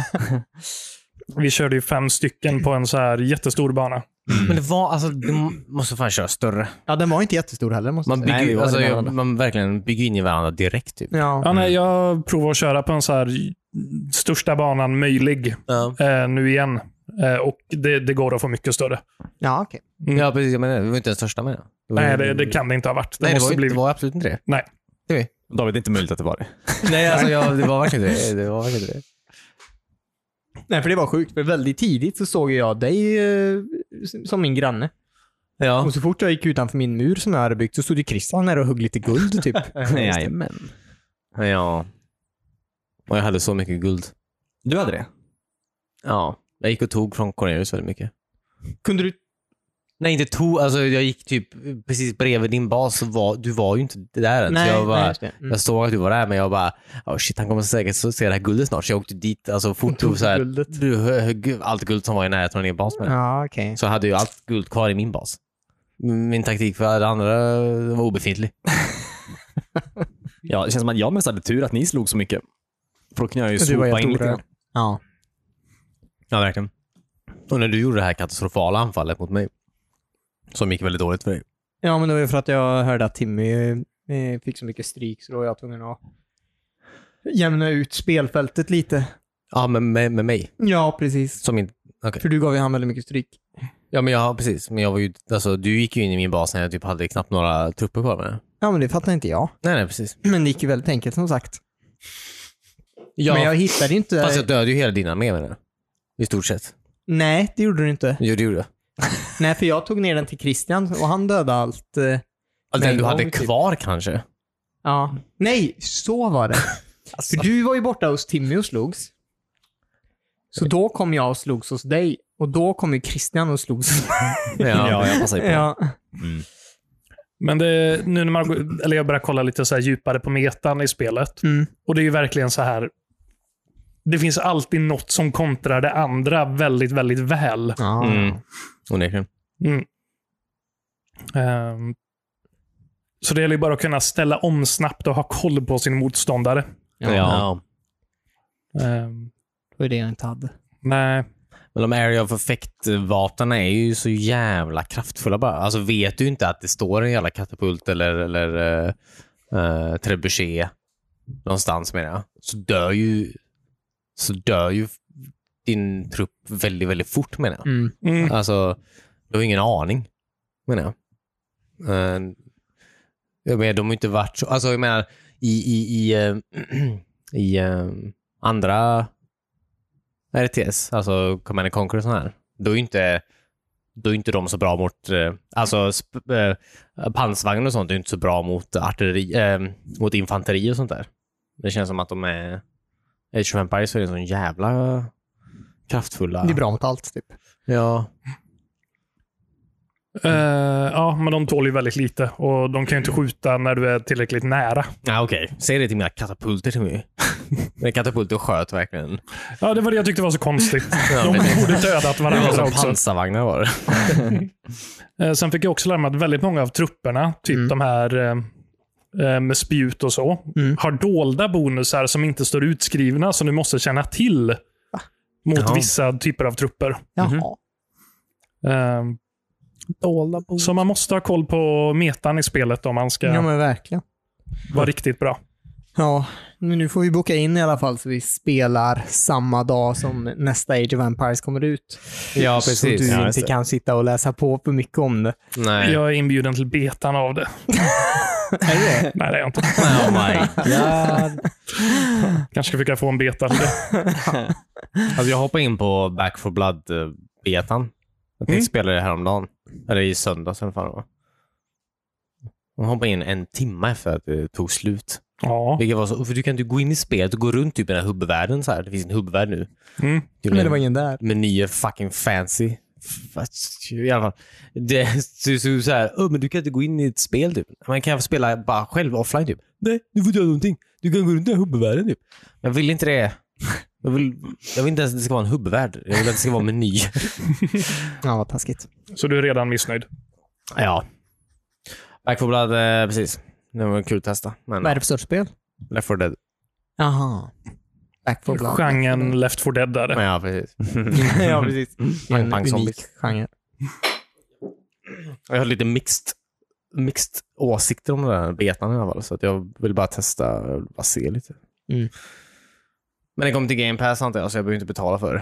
Vi körde ju fem stycken på en så här jättestor bana. Men det var, alltså, du måste fan köra större. Ja, den var inte jättestor heller, måste Man jag säga. bygger, Nej, vi var alltså, det med jag, varandra. man verkligen bygger in i varandra direkt typ. Ja. Ja, nej, jag provar att köra på en så här största banan möjlig Ja, eh, nu igen. Eh, och det, det går att få mycket större. Ja, okej. Mm. ja precis. Jag menar, det var inte den största med det. det var, Nej, det, det kan det inte ha varit. Det Nej, det måste var, bli... inte, det var absolut inte det. Nej. David, det är inte möjligt att det var det. Nej, alltså jag, det var verkligen det. Det var verkligen det. Nej, för det var sjukt. För väldigt tidigt så såg jag dig eh, som min granne. Ja. Och så fort jag gick utanför min mur som jag hade byggt så stod ju Christian där och högg lite guld, typ. Jajamän. Ja. Och jag hade så mycket guld. Du hade det? Ja. Jag gick och tog från Cornelius väldigt mycket. Kunde du... Nej, inte tog. Alltså jag gick typ precis bredvid din bas. Så var, du var ju inte där än. Nej, så jag, bara, nej, just det. Mm. jag såg att du var där, men jag bara, oh shit, han kommer säkert så se det här guldet snart. Så jag åkte dit, alltså fort tog och så här, guldet. du högg allt guld som var i närheten av din bas med. Ja, okej. Så jag hade ju allt guld kvar i min bas. Min taktik för det andra var obefintlig. Ja, det känns som att jag mest hade tur att ni slog så mycket. För då kunde jag ju Du var sopa helt in lite orörd. grann. Ja. Ja, verkligen. Och när du gjorde det här katastrofala anfallet mot mig, som gick väldigt dåligt för dig. Ja, men det var ju för att jag hörde att Timmy eh, fick så mycket stryk så då var jag tvungen att jämna ut spelfältet lite. Ja, men med, med mig. Ja, precis. Som inte... Okej. För du gav ju han väldigt mycket stryk. Ja, men ja, precis. Men jag var ju... Alltså, du gick ju in i min bas när jag typ hade knappt några trupper kvar med. Ja, men det fattar inte jag. Nej, nej, precis. Men det gick ju väldigt enkelt som sagt. Ja, Men jag hittade inte... fast jag dödade ju hela din armé med det. I stort sett. Nej, det gjorde du inte. Jo, det gjorde jag. Nej, för jag tog ner den till Christian och han dödade allt. Eh, Alltså, den en du gång, hade typ. kvar kanske. Ja. Nej, så var det. För du var ju borta hos Timmy och slogs. Så då kom jag och slogs hos dig. Och då kom ju Christian och slogs. Ja, Ja, jag passar ju på. Ja. Mm. Men det, nu när man går- eller jag börjar kolla lite så här djupare på metan i spelet. Mm. Och det är ju verkligen så här. Det finns alltid något som kontrar det andra väldigt, väldigt väl. Ja. Mm. Onekligen. Mm. Ehm, så det gäller ju bara att kunna ställa om snabbt och ha koll på sin motståndare. Ja. Ja. Ehm, Det var det jag inte hade. nej. Men de area of effect-vapnen är ju så jävla kraftfulla bara. Alltså vet du inte att det står en jävla katapult eller, eller uh, uh, trebuchet någonstans med det, så dör ju så dör ju din trupp väldigt, väldigt fort menar jag. Mm. Mm. Alltså, du har ingen aning menar jag. Uh, jag menar, de har inte varit så... Alltså jag menar, i, i, i, uh, i uh, andra R T S, alltså Command and Conquer och sån här, då är ju inte, då är inte de så bra mot... Uh, alltså sp- uh, pansvagn och sånt är inte så bra mot artilleri, uh, mot infanteri och sånt där. Det känns som att de är... Age of Empires är en sån jävla kraftfulla... Det är bra mot allt, typ. Ja. Eh, ja, men de tål ju väldigt lite och de kan ju inte skjuta när du är tillräckligt nära. Ja, okej. Okay. Säg det till mina katapulter till mig. Men katapulter sköt verkligen. Ja, det var det jag tyckte var så konstigt. Ja, De men- borde dödat Det var varandra som också. pansarvagnar var det. Eh, Sen fick jag också lära mig att väldigt många av trupperna, typ Mm. de här eh, eh, med spjut och så, Mm. har dolda bonusar som inte står utskrivna som du måste känna till mot Jaha. vissa typer av trupper. Jaha. Mhm. Eh, Dolda bo. Så man måste ha koll på metan i spelet om man ska Ja, men verkligen. vara riktigt bra. Ja, men nu får vi boka in i alla fall så vi spelar samma dag som nästa Age of Empires kommer ut. Ja, Så precis. du Ja, inte just det. kan sitta och läsa på för mycket om det. Nej. Jag är inbjuden till betan av det. Är det det? Nej, det är jag inte. Oh my god. Kanske ska försöka få en beta till det. Alltså jag hoppade in på Back for Blood-betan. Jag tänkte Mm. spela det här om dagen. Eller i söndags eller vad det var. Jag hoppade in en timme efter att det tog slut. Ja. Vilket var så, för du kan inte gå in i spelet och gå runt typ i den här hubbvärlden så här. Det finns en hubbvärld nu. Mm. Typ Men en det var ingen där. meny fucking fancy. I alla fall. Det är så, så, så här, oh, men du kan inte gå in i ett spel typ. Man kan spela bara själv offline typ. Nej, du får inte göra någonting. Du kan gå runt i den här hubbvärlden typ. Jag vill inte det. Jag vill, jag vill inte ens att det ska vara en hubbvärld. Jag vill att det ska vara en meny. Ja, vad taskigt. Så du är redan missnöjd? Ja. Back for Blood, eh, precis. Det var kul att testa. Men Vad är det för sorts spel? Left four Dead. Jaha. Back for Blood. Genren Left four Dead där. Ja, precis. Ja, precis. Pang, En pang, unik zombies. genre. Jag har lite mixed, mixed åsikter om den där betan i alla fall. Så att jag vill bara testa, jag vill bara se lite. Mm. Men det kommer till Game Pass antar jag, så jag behöver inte betala för det.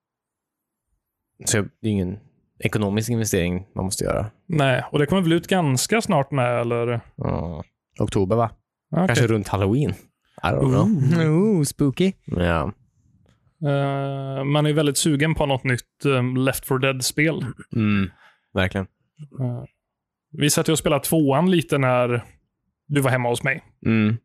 Så jag, det är ingen ekonomisk investering man måste göra. Nej, och det kommer väl ut ganska snart med, eller? Ja. Oktober va? Okay. Kanske runt Halloween. I don't know. Ooh, spooky. Ja. Uh, man är väldigt sugen på något nytt um, Left four Dead-spel. Mm. Verkligen. Uh, vi satt ju och spelade tvåan lite när du var hemma hos mig. Mm.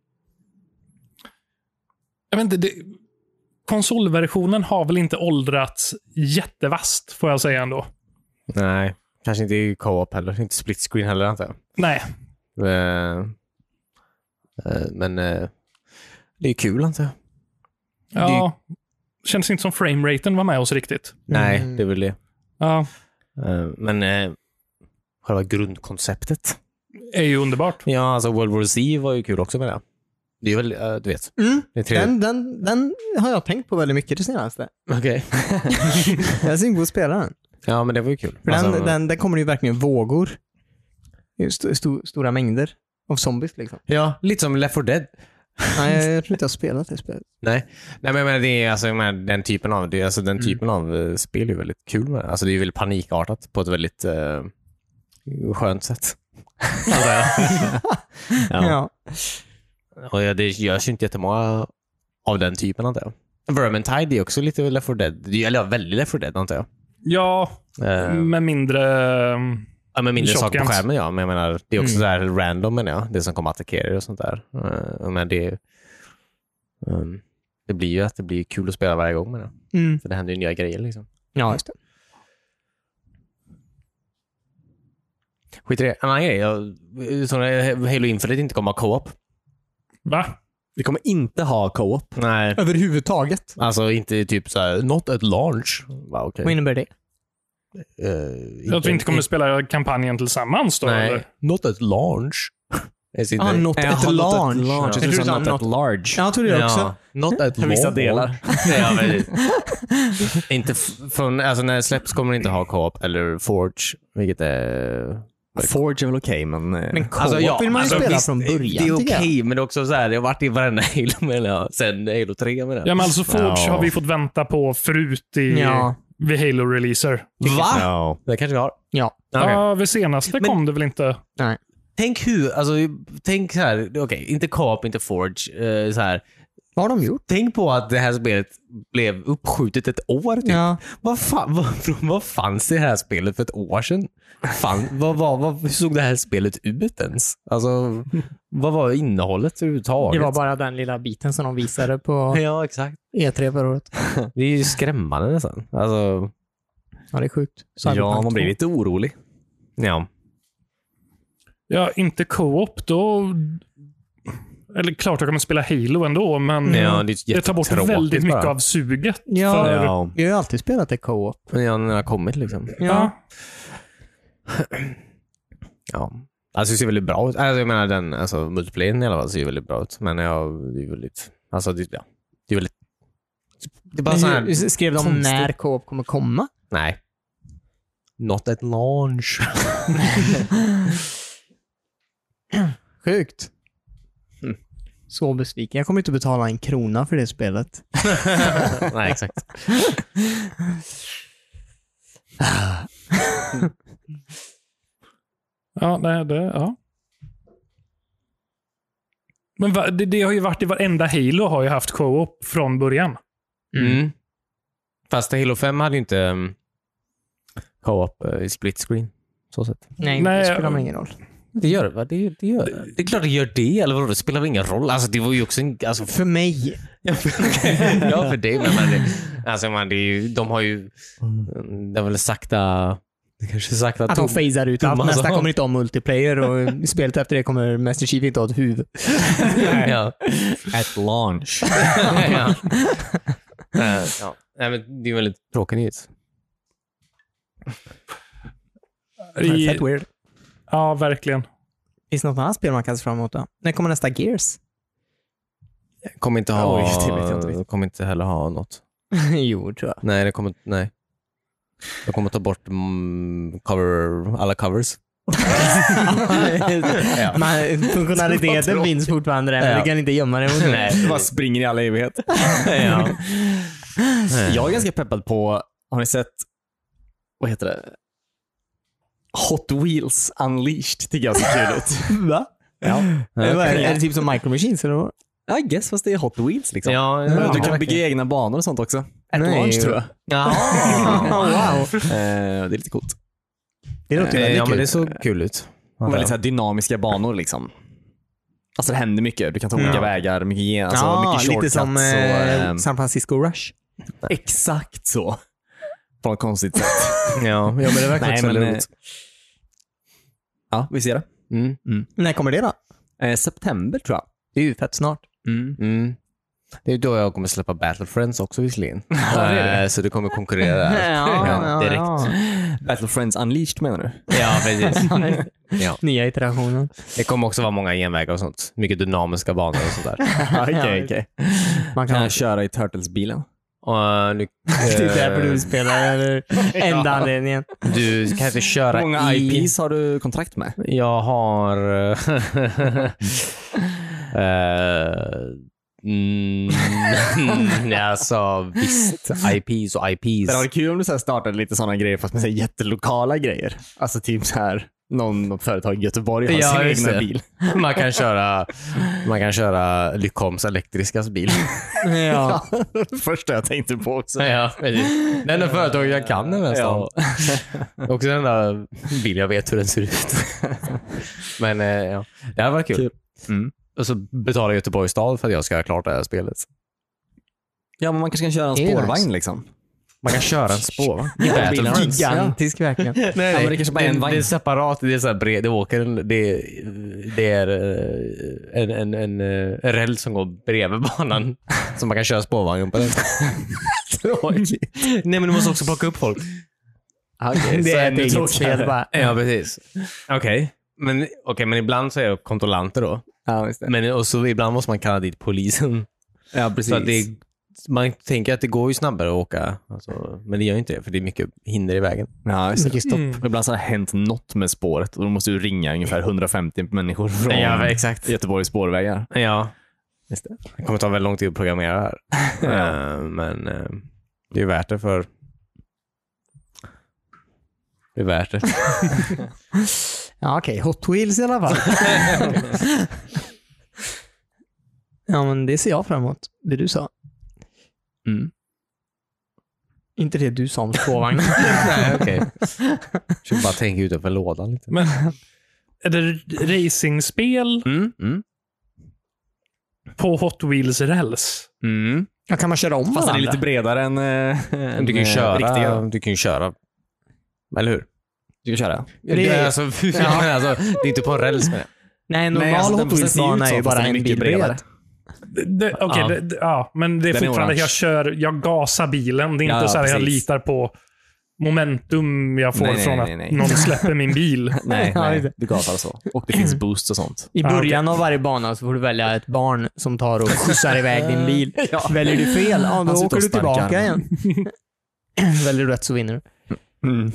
Jag vet inte, det, konsolversionen har väl inte åldrats jättevast, får jag säga ändå. Nej, kanske inte i co-op heller. Inte split screen heller antar jag. Nej, Uh, uh, men uh, det är kul antar jag. ja, känns inte som frameraten var med oss riktigt. Nej, Mm. det är väl det. Ja, Uh, men uh, själva grundkonceptet. är ju underbart. Ja, alltså World War Z var ju kul också med det. Det är väl, uh, du vet. Mm. Det är trevligt. Den, den, den har jag tänkt på väldigt mycket det senaste. Okej. Jag är sugen på att spela den. Ja, men det var ju kul. För Alltså, den, den, den kommer ju verkligen vågor. St- st- stora mängder av zombies liksom. Ja, lite som Left four Dead. Nej, jag, jag tror inte jag har spelat det spelet. Nej, Nej men jag menar, det är alltså jag menar, den typen av det, alltså den typen av uh, spel är ju väldigt kul med det. Alltså det är ju väldigt panikartat på ett väldigt uh, skönt sätt. Alltså, ja. Ja. Och ja, det görs ju inte jättemånga av den typen antar jag. Vermintide är också lite Left four Dead. Det är, eller ja, väldigt Left four Dead antar jag. Ja, Uh, med mindre... um, ja, men mindre saker på shotguns. skärmen ja. Men jag menar, det är också Mm. så här random menar jag. Det som kommer att attackera dig och sånt där. Uh, men det Um, det blir ju att det blir kul att spela varje gång med det. Mm. För det händer ju nya grejer liksom. Ja, just det. Skit i det. En annan grej. Jag, sådana Halo Infinite inte kommer ha co-op. Va? Vi kommer inte ha co-op. Nej. Överhuvudtaget. Alltså inte typ så här, not at launch. Va, okay. Vad innebär det? Uh, Att vi inte kommer spela kampanjen tillsammans då? Nej, eller? not at launch. Ah, not Äh, at not launch. at launch. Jag Jag tror tror du sa du not sa at large. Ja, jag tror det också. Ja, not at För vissa launch. delar. Ja, men, inte f- från, alltså när det släpps kommer det inte ha co-op eller Forge, vilket är... Forge är väl okej, men... Men co-op Alltså, ja, vill man ju alltså, spela visst, från början. Det är okej, tycker jag. men det är också så här, det har varit i varenda Halo med det, sen Halo tre med det. Ja, men alltså Forge Ja. har vi fått vänta på förut i, Ja. vid Halo-releaser. Va? Ja. Det kanske vi har. Ja. Okay. Ja, vid senaste Men- kom det väl inte? Nej. Tänk hur, alltså tänk så här, okej, okay, inte co-op, inte Forge, eh, så här. Vad har de gjort? Tänk på att det här spelet blev uppskjutet ett år typ. Ja. Vad, fan, vad, vad fanns i det här spelet för ett år sedan? Fan, vad, vad, vad, hur såg det här spelet ut ens? Alltså, vad var innehållet överhuvudtaget? Det var bara den lilla biten som de visade på Ja, exakt. E tre förra året. Det är ju skrämmande nästan. Alltså, Ja, det är sjukt. Ja, man blir lite orolig. ja. Ja, inte co-op då... Eller klart jag kommer spela Halo ändå, men Ja, det är det tar bort jättetråkigt väldigt mycket bara. av suget. Ja. för, Ja. Vi har ju alltid spelat det co-op. Ja, när det har kommit liksom. ja. Ja. Alltså det ser väldigt bra ut. Alltså, jag menar den, alltså multiplayern i alla fall ser ju väldigt bra ut. Men ja, det är väldigt, alltså det, ja. Det är väldigt, det är bara Men så hur- här, skrev de konstigt. när co-op kommer komma? nej. Not at launch. Sjukt. Så besviken. Jag kommer inte betala en krona för det spelet. Nej, exakt. Ja, nej, det, ja. Men va, det, det har ju varit i varenda Halo har ju haft co-op från början. Mm. Fast Halo fem hade ju inte um, co-op uh, i split screen. Så sett. Nej, Nej, det spelar jag- väl ingen roll. Det gör det, va? Det, det, gör, det. det är klart det gör det, eller vadå? Det spelar väl ingen roll? Alltså det var ju också en, alltså, För mig. ja, för, ja, för det, men man, det, alltså man, det är ju, de har ju, det är väl sakta, det kanske sakta Att de tom- phasar ut allt. tomma Nästa saker. kommer inte ha multiplayer och spelet efter det kommer Master Chief inte ha ett huvud. ja. At launch. ja. Uh, ja. Nej, men det är väldigt tråkig nyhet. I, Fett weird. ja, verkligen. Finns det något annat spel man kan se fram emot då? När kommer nästa Gears? Kommer inte ha, Oj, det vet jag inte riktigt. kommer inte heller ha något. Jo, tror jag. Nej, det kommer, nej. Jag kommer ta bort mm, cover, alla covers. ja. Men funktionaliteten finns fortfarande där, men Ja. du kan inte gömma det. Nej. Det bara springer i alla evighet. ja. Jag är ganska peppad på, har ni sett, vad heter det? Hot Wheels Unleashed tycker jag ser kul ut. Va? Ja. Är, det, är det typ som Micro Machines eller vad? I guess, fast det är Hot Wheels liksom. Ja, Du ja. kan bygga egna banor och sånt också. At Nej. launch tror jag. Ja. wow. Eh, det är lite coolt. Det låter ju Eh, väldigt ja, men kul. det såg kul ut. Och väldigt så här dynamiska banor liksom. Alltså det händer mycket. Du kan ta olika Ja. vägar, mycket, gen- alltså, ja, mycket lite shortcuts. som och, eh, ehm, San Francisco Rush. exakt så. På något konstigt sätt. Ja, ja, men det verkar Nej, också men, väldigt roligt. Ja, vi ser det. Mm. När kommer det då? Eh, september tror jag. Det är ju fett snart. Mm. Mm. Det är då jag kommer släppa Battle Friends också visserligen. det är det. Eh, Så det kommer konkurrera där. Ja, direkt. ja. Battle Friends Unleashed menar du? Ja, precis. Ja. Nya iterationen. Det kommer också vara många genvägar och sånt. Mycket dynamiska banor och sånt där. Okej, okej. Man Kan kan jag köra i Turtles-bilen? Och eh, nu, det är därför du eh, spelar, eller enda anledningen. du kan inte köra Hur många i... I Ps har du kontrakt med? Jag har... uh, mm, alltså visst, I Ps och I Det hade Ps. varit kul om du så här startade lite sådana grejer fast med så här jättelokala grejer. Alltså typ så här någon, något företag i Göteborg har Ja, sin just egna det. bil. Man kan köra, man kan köra Lyckholms elektriska bil. Ja. Första jag tänkte på också. Ja, precis. Det enda företaget jag kan är nästan. Också den där bil jag vet hur den ser ut. Men eh, ja, det här var kul. Kul. Mm. Och så betalar Göteborgs stad för att jag ska ha klart det här spelet. Ja, men man kanske kan köra en Det är spårvagn nice. liksom. Man kan köra en spårvagn. Gigantisk verkligen. Nej, Ja, men det kanske bara är en det, vagn. det är separat. Det är så här bred, det åker en, det, det är eh, en, en, en, eh, en räls som går bredvid banan som man kan köra spårvagnen på den. Nej, men du måste också plocka upp folk. Okay, Det är ett eget spel bara. Ja, precis. Okej. Okay. Men, okay, men ibland så är det kontrollanter då. Ja, just det. Men och så ibland måste man kalla dit polisen. Ja, precis. Så att det, man tänker att det går ju snabbare att åka. Alltså, men det gör inte det, för det är mycket hinder i vägen. Ja, just det. Mycket stopp. Mm. Ibland så har det hänt något med spåret och då måste du ringa ungefär hundrafemtio människor från Ja, exakt. Göteborgs spårvägar. Ja. Just det. Det kommer ta väldigt lång tid att programmera här. Ja. uh, men uh, det är värt det för... Det är värt det. Ja, okej. Okay. Hot Wheels i alla fall. Ja, men det ser jag fram emot. Det du sa. Mm. Inte det du sa om spårvagnen. Nej, okej. Jag bara tänka utanför lådan lite. Men är det racingspel Mm, mm. på Hot Wheels räls? Mm. Ja, kan man köra om Fast den är varandra? lite bredare än, äh, än Du kan ju äh, köra. riktiga. Du kan ju köra. Eller hur? Du kan köra. Det Det är- är, alltså, ja. alltså, det är inte på en räls med det. Nej, en normal Nej, alltså, den Hot Wheels-bana ser ut är ju så, fast bara den är en mycket bil bredare. bredvid. Det, okej, Ja. det, det, ja, men det är Den är fortfarande, orange. jag kör, jag gasar bilen. Det är Ja, inte så här jag precis. litar på momentum jag får Nej, nej, från nej, nej. att någon släpper min bil. Nej, Ja, nej, det- du gasar så. Och det finns boost och sånt. I Ah, början av varje bana så får du välja ett barn som tar och skjutsar iväg din bil. Väljer du fel, ja, då Han sitter åker och du tillbaka sparkar. igen. Väljer du rätt så vinner du. Mm.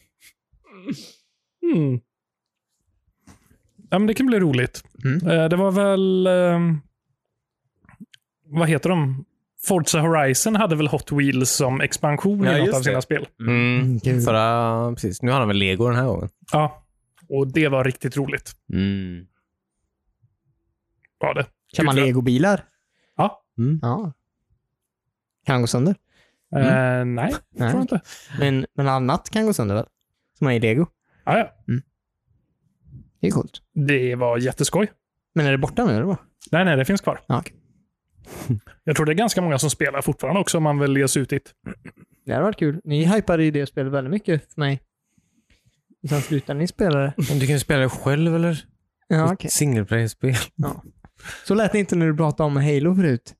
Mm. Ja, men det kan bli roligt. Mm. Eh, Det var väl... ehm, vad heter de? Forza Horizon hade väl Hot Wheels som expansion Ja, i något just av sina det. spel. Mm. Kul. Förra, precis. Nu har han väl Lego den här gången. Ja, och det var riktigt roligt. Mm. Var det. Kan man Kul. legobilar? Ja. Mm. Ja. Kan gå sönder? Eh, nej, Nej. tror jag inte. Men, men annat kan gå sönder väl? Som är i lego. Ah, ja. Det är coolt. Det var jätteskoj. Men är det borta nu eller vad? Nej, nej, det finns kvar. Ja, okej. Jag tror det är ganska många som spelar fortfarande också om man vill ge sig ut dit. Det hade varit kul. Ni hypade ju det spelet väldigt mycket för mig. Och sen slutade ni spela det. Men du kan ju spela det själv eller? Ja, okej. Single player-spel. Så lät det inte när du pratade om Halo förut.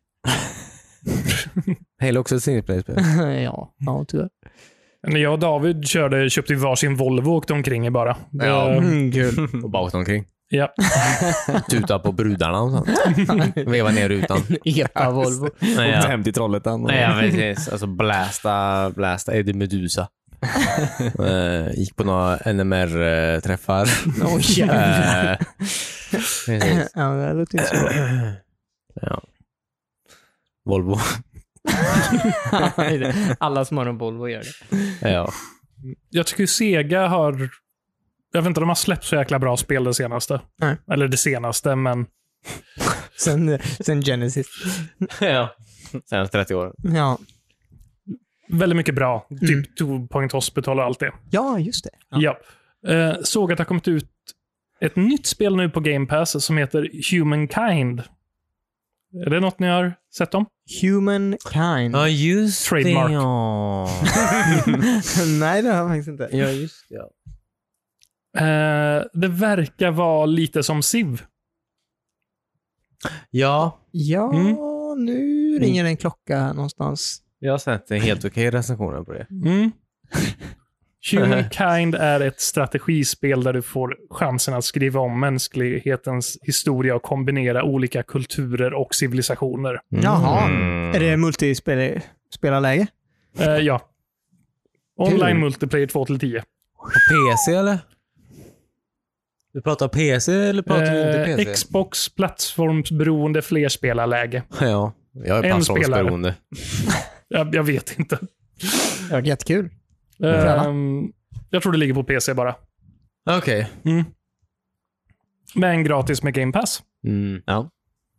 Halo också ett single player-spel. ja, ja, tyvärr. När jag och David körde, köpte vi varsin Volvo och åkte omkring i bara. Det, Ja. Mm, kul. Och bara åkte omkring. ja. Tuta på brudarna och sånt. Veva ner rutan. Epa Volvo. Nej, Åkte ja. hem till Trollhättan. Och... Nej, ja, precis. Alltså blasta, blasta Eddie Medusa. uh, gick på några N M R-träffar. Oj, jävlar. uh, precis. Ja, det låter inte så bra. Ja. Volvo. Alla som har en Volvo gör det. Ja. Jag tycker Sega har... Jag vet inte, de har släppt så jäkla bra spel det senaste. Nej. Eller det senaste, men... Sen, sen Genesis. ja. Sen trettio år. Ja, Väldigt mycket bra. Typ Two Point Hospital och allt det. ja just det. Ja. Eh, såg att det har kommit ut ett nytt spel nu på Game Pass som heter Humankind. Är det något ni har sett om? Humankind. Ja, just Trademark. det. Ja. Nej, det har jag faktiskt inte. ja, just det. Ja. Eh, det verkar vara lite som Civ. ja, Ja, Mm. nu ringer en klocka någonstans. jag har sett en helt okej recensioner på det. Mm. Humankind är ett strategispel där du får chansen att skriva om mänsklighetens historia och kombinera olika kulturer och civilisationer. Jaha. Mm. Är det multispelarläge? Eh, ja. Online Kul. multiplayer två till tio. På P C eller? Du pratar P C eller pratar du inte Eh, P C? Xbox, plattformsberoende, flerspelarläge. Ja, jag är En plattformsberoende. Jag, jag vet inte. Det var jättekul. Ehm, jag tror det ligger på P C bara. Okej. Mm. Men gratis med Game Pass. Mm. Ja.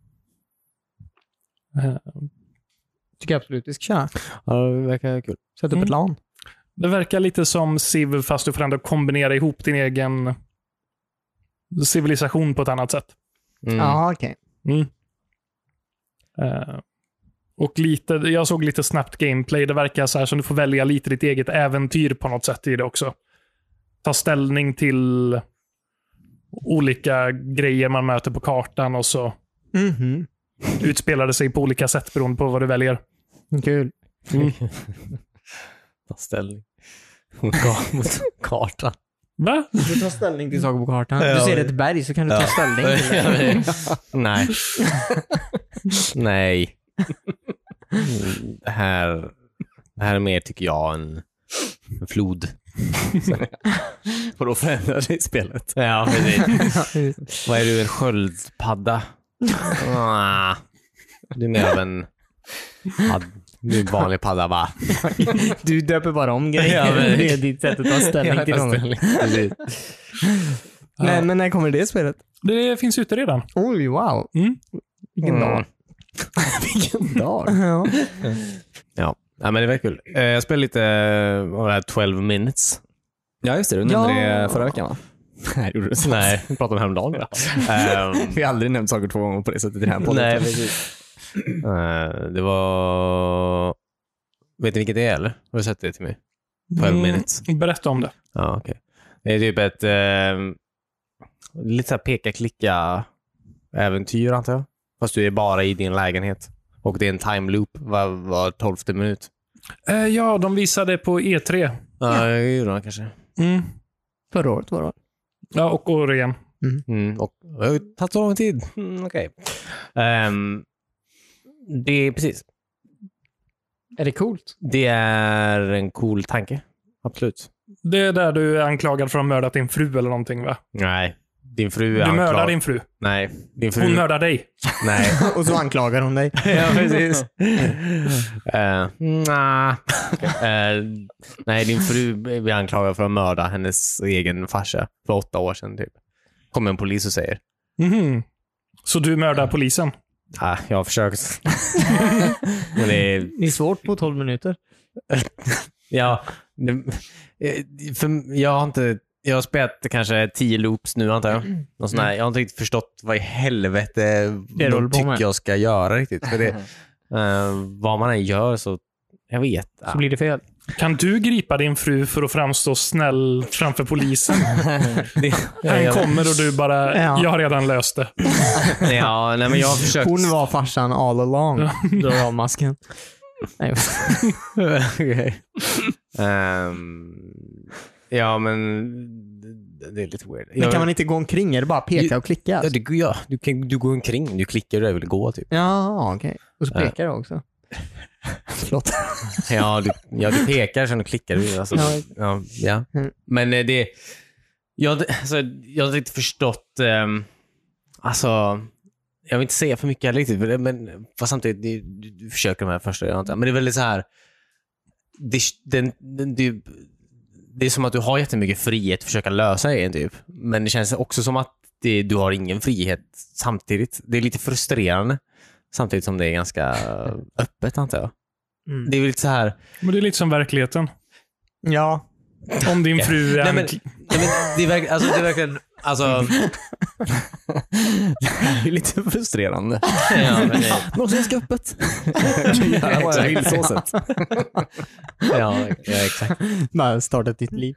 Eh, Tycker jag absolut vi ska köra. ja, det verkar kul. Sätt upp Mm. ett LAN. Det verkar lite som Civ fast du får ändå kombinera ihop din egen civilisation på ett annat sätt. Mm. Ja, okej. Mm. Uh, och lite, jag såg lite snabbt gameplay. Det verkar så här som du får välja lite ditt eget äventyr på något sätt i det också. Ta ställning till olika grejer man möter på kartan och så Mhm. utspelar det sig på olika sätt beroende på vad du väljer. Kul. Mm. Ta ställning mot, ka- mot kartan. Va? Du får ta ställning till saker på kartan. Ja. Du ser ett berg så kan du ta ställning till det. Nej. Nej. Mm, Det här, det här är mer, tycker jag, en, en flod. Och då förändrar det i spelet. Ja, precis. Vad är du, en sköldpadda? Ah, du är mer av en pad, du är en vanlig padda, va? Du döper bara om grejer. Ja, men- Det är ditt sätt att ta ställning till något. Precis. Men, men när kommer det spelet? Det finns ute redan. Oj, wow. Mm. Vilken Mm. dag. Vilken dag. Ja. Ja. Ja, men det var kul. Eh, Jag spelade lite av det här tolv minutes. Ja, just det. Du nämnde Ja. det förra veckan, va? Nej, det gjorde du inte. Nej, vi pratade om häromdagen. Um, Vi har aldrig nämnt saker två gånger på det sättet i den här podden. Nej, precis. Eh, det var... Vet ni vilket det är, eller? Har du sett det till mig? tolv minutes. Mm, berätta om det. Ja, okej. Det är typ ett eh, lite så här peka-klicka äventyr, antar jag. Fast du är bara i din lägenhet. Och det är en time loop var, var tolfte minut. Eh, ja, de visade på E tre. Ja, det gjorde de kanske. Mm. Förra året var det. Ja, och år igen. Mm, och det har ju tagit så lång tid. Mm, okej. Ehm, det är precis. Är det coolt? Det är en cool tanke. Absolut. Det är där du är anklagad för att ha mördat din fru eller någonting, va? Nej. Din fru är Du mördar anklag- din fru. Nej. Din fru... Hon mördar dig. Nej. Och så anklagar hon dig. Ja, precis. uh, nah. uh, nej, din fru blir anklagad för att mörda hennes egen farsa för åtta år sedan, typ. Kommer en polis och säger. Mhm. Så du mördar polisen? Ah, jag har försökt. Men det är... Det är svårt på tolv minuter. Ja, det, för jag har inte... Jag har spelat kanske tio loops nu, antar jag. Någon sån här, jag har inte riktigt förstått vad i helvete Det du håller de på med. tycker jag ska göra riktigt. För det, uh, vad man än gör så... Jag vet. Så blir det fel. Kan du gripa din fru för att framstå snäll framför polisen? Det, Han jag, kommer och du bara, Ja. jag har redan löst det. ja, nej, men jag har försökt... Hon var farsan all along. Drar av masken. Nej. Okej. Ehm, ja, men det, det är lite weird. Men kan man inte gå omkring? Är det bara peka och klicka? Ja, du, ja, du, kan, du går omkring. Du klickar där du vill gå, typ. Ja, okej. Och så pekar du också. Förlåt. Ja, du, ja, du pekar sen och klickar du. Alltså, Ja. ja, ja. Mm. Men eh, det... Jag, alltså, jag har inte förstått... Um, alltså... Jag vill inte säga för mycket heller riktigt, för det, men fast samtidigt, det, du, du försöker de här första, jag antar. Men det är väldigt så här... Det, den, den, det, det är som att du har jättemycket frihet att försöka lösa det, typ. Men det känns också som att det, du har ingen frihet samtidigt. Det är lite frustrerande. Samtidigt som det är ganska öppet, antar jag. Mm. Det är väl lite så här... Men det är lite som verkligheten. Ja. Om din fru är Nej, men, ankl- nej, men det är verkligen... Alltså, det är verkligen... Alltså... Det är lite frustrerande. ja, men det, Något som är öppet. Göra vad jag vill, så sett. ja, ja, exakt. Bara starta ett nytt liv.